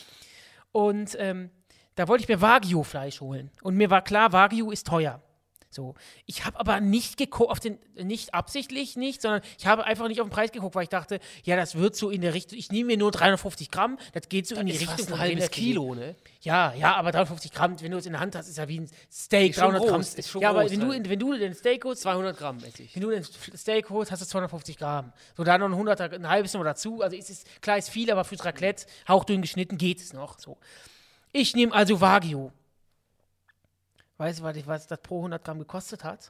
Und ähm, da wollte ich mir Wagyu-Fleisch holen. Und mir war klar, Wagyu ist teuer. So. Ich habe aber nicht geguckt, auf den, nicht absichtlich nicht, sondern ich habe einfach nicht auf den Preis geguckt, weil ich dachte, ja, das wird so in der Richtung, ich nehme mir nur dreihundertfünfzig Gramm, das geht so in die ist Richtung fast ein von halbes Rinderfilet. Kilo, ne? Ja, ja, aber dreihundertfünfzig Gramm, wenn du es in der Hand hast, ist ja wie ein Steak, Ist schon dreihundert Gramm. groß, ist schon ja, aber groß wenn du, halt. wenn du den Steak holst, zweihundert Gramm esse ich. wenn du den Steak holst, hast du zweihundertfünfzig Gramm. So, da noch ein hunderter, ein halbes noch dazu. Also es ist, klar ist viel, aber fürs Raclette, hauchdünn geschnitten, geht es noch. So. Ich nehme also Wagyu. Weißt du, was, ich- was das pro hundert Gramm gekostet hat?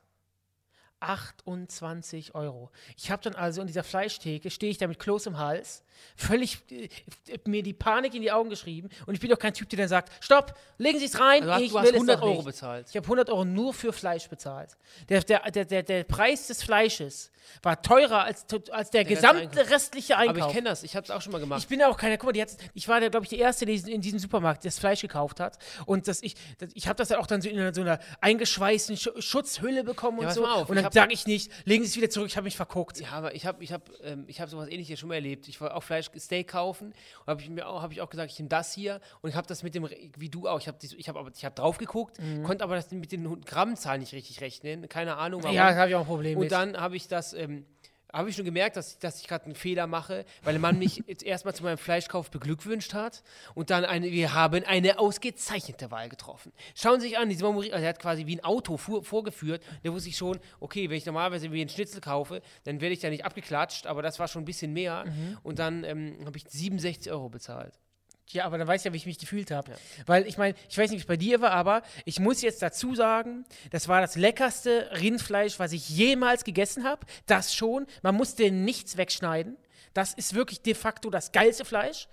achtundzwanzig Euro. Ich habe dann also in dieser Fleischtheke, stehe ich da mit Kloß im Hals, völlig äh, mir die Panik in die Augen geschrieben und ich bin doch kein Typ, der dann sagt, stopp, legen Sie es rein, Also hast, ich du hast will es hundert doch Euro nicht. bezahlt. Ich habe hundert Euro nur für Fleisch bezahlt. Der, der, der, der, der Preis des Fleisches war teurer als, als der, ganze gesamte Einkauf. restliche Einkauf. Aber ich kenne das, ich habe es auch schon mal gemacht. Ich bin ja auch keiner, guck mal, die hat, ich war, glaube ich, der Erste, der in diesem Supermarkt das Fleisch gekauft hat. Und das, ich, das, ich habe das dann auch dann so in so einer eingeschweißten Sch Schutzhülle bekommen und Ja, pass so. mal auf, und ich dann hab- sage ich nicht, legen Sie es wieder zurück, ich habe mich verguckt. Ja, aber ich habe ich hab, ähm, ich hab sowas Ähnliches schon mal erlebt. Ich wollte auch Fleisch, Steak kaufen und habe ich mir auch, hab ich auch gesagt, ich nehme das hier und ich habe das mit dem, Re- wie du auch, ich habe ich hab, aber- ich hab drauf geguckt, konnte aber das mit den Grammzahlen nicht richtig rechnen. Keine Ahnung, warum. Ja, da habe ich auch ein Problem Und mit. dann habe ich das, ähm, habe ich schon gemerkt, dass, dass ich gerade einen Fehler mache, weil man mich jetzt erstmal zu meinem Fleischkauf beglückwünscht hat und dann eine, wir haben eine ausgezeichnete Wahl getroffen. Schauen Sie sich an, dieser Mamuri, also er hat quasi wie ein Auto fuhr, vorgeführt, da wusste ich schon, okay, wenn ich normalerweise wie einen Schnitzel kaufe, dann werde ich da nicht abgeklatscht, aber das war schon ein bisschen mehr und dann ähm, habe ich siebenundsechzig Euro bezahlt. Ja, aber dann weißt du ja, wie ich mich gefühlt habe. Weil ich meine, ich weiß nicht, wie es bei dir war, aber ich muss jetzt dazu sagen, das war das leckerste Rindfleisch, was ich jemals gegessen habe. Das schon. Man musste nichts wegschneiden. Das ist wirklich de facto das geilste Fleisch.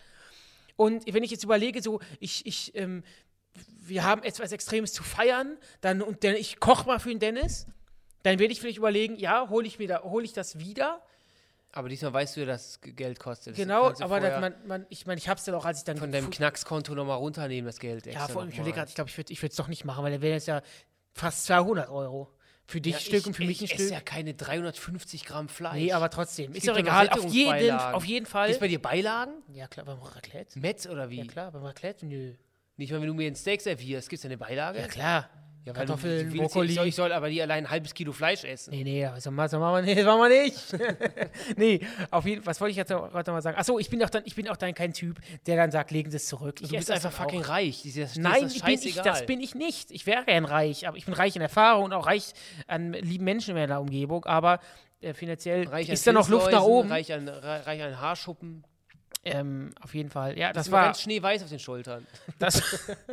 Und wenn ich jetzt überlege, so, ich, ich, ähm, wir haben etwas Extremes zu feiern, dann, und dann, ich koche mal für den Dennis, dann werde ich vielleicht überlegen, ja, hole ich mir da, hole ich das wieder. Aber diesmal weißt du ja, dass es G- Geld kostet. Das Genau, kannst du aber das, vorher man, man, ich meine, ich habe es dann auch, als ich dann von deinem fu- Knackskonto nochmal runternehmen, das Geld. Ja, extra vor allem, noch ich überlege mal. gerade, ich glaube, ich würde es doch nicht machen, weil der wäre jetzt ja fast zweihundert Euro. Für dich Ja, ein Stück ich, und für mich ein ich Stück. esse ja keine dreihundertfünfzig Gramm Fleisch. Nee, aber trotzdem. Es Ist gibt doch doch noch egal. Auf jeden, Sättigungsbeilagen. auf jeden Fall. Ist bei dir Beilagen? Ja, klar, beim Raclette. Metz oder wie? Ja, klar, beim Raclette, nö. Nicht mal, wenn du mir ein Steak servierst, gibt es eine Beilage? Ja, klar. Ja, weil du- Kartoffeln, du willst, Brokkoli. Ich soll, ich soll aber die allein ein halbes Kilo Fleisch essen. Nee, nee, also, das machen wir, nee, das machen wir nicht. nee, auf jeden Fall, was wollte ich jetzt noch, gerade noch mal sagen? Achso, ich bin auch dann, ich bin auch dann kein Typ, der dann sagt, legen Sie es zurück. Ich Du bist esse das einfach dann fucking auch. reich. Das, das, Nein, das ist bin ich, scheißegal. das bin ich nicht. Ich wäre gern reich, aber ich bin reich in Erfahrung und auch reich an lieben Menschen in meiner Umgebung, aber äh, finanziell Reich an ist da noch Luft nach Pilzläusen, oben. Reich an, re- reich an Haarschuppen. Ähm, auf jeden Fall, ja, Das das ist immer war, ganz schneeweiß auf den Schultern. das,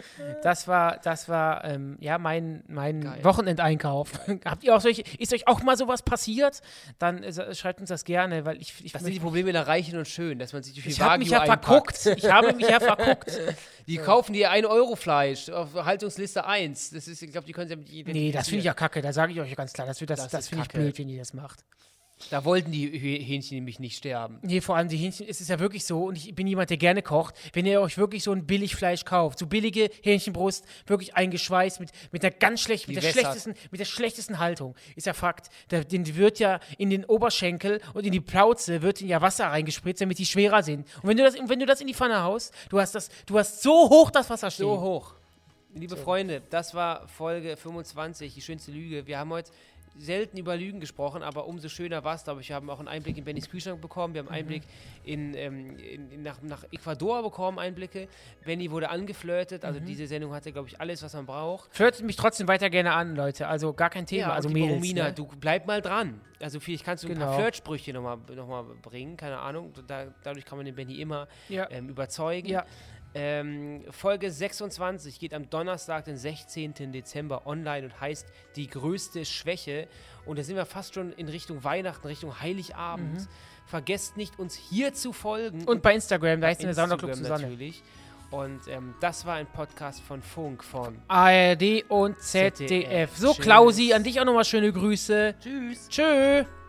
das war, das war, ähm, ja, mein, mein Geil. Wochenendeinkauf. Habt ihr auch solche, ist euch auch mal sowas passiert? Dann äh, schreibt uns das gerne, weil ich, ich, Das sind die Probleme der Reichen und Schönen, dass man sich durch viel ich habe mich ja einpackt. verguckt. Ich habe mich ja verguckt. Die kaufen dir ein Euro Fleisch auf Haltungsliste eins. Das ist, ich glaube, die können sie ja mit Nee, das finde ich ja kacke, da sage ich euch ganz klar. Das, wird- das, Das das, ist finde ich Kacke. blöd, wenn ihr das macht. Da wollten die Hä- Hähnchen nämlich nicht sterben. Nee, vor allem die Hähnchen, es ist ja wirklich so, und ich bin jemand, der gerne kocht, wenn ihr euch wirklich so ein Billigfleisch kauft, so billige Hähnchenbrust, wirklich eingeschweißt, mit, mit der ganz schlechten, mit der wässert. schlechtesten, mit der schlechtesten Haltung, ist ja Fakt. Da, den wird ja in den Oberschenkel und in die Plauze wird in ja Wasser reingespritzt, damit die schwerer sind. Und wenn du das, wenn du das in die Pfanne haust, du hast das, du hast so hoch das Wasser stehen. So hoch. Liebe So. Freunde, das war Folge fünfundzwanzig, die schönste Lüge. Wir haben heute selten über Lügen gesprochen, aber umso schöner war es, glaube ich. Wir haben auch einen Einblick in Bennys Kühlschrank bekommen, wir haben einen Einblick in, ähm, in, in nach, nach Ecuador bekommen, Einblicke. Benny wurde angeflirtet, also diese Sendung hatte, glaube ich, alles, was man braucht. Flirtet mich trotzdem weiter gerne an, Leute. Also gar kein Thema. Ja, also und liebe Mädels. Romina, ne? du bleib mal dran. Also vielleicht kannst du ein paar Genau. Flirtsprüche nochmal noch mal bringen, keine Ahnung. Da, dadurch kann man den Benny immer Ja. ähm, überzeugen. Ja. Ähm, Folge sechsundzwanzig geht am Donnerstag, den sechzehnten Dezember online und heißt Die größte Schwäche. Und da sind wir fast schon in Richtung Weihnachten, Richtung Heiligabend. Mhm. Vergesst nicht, uns hier zu folgen. Und bei Instagram, da bei ist der Saunaclub Instagram Susanne. natürlich. Und ähm, das war ein Podcast von Funk, von A R D und Z D F. Z D F. So, Tschüss. Klausi, an dich auch nochmal schöne Grüße. Tschüss. Tschö.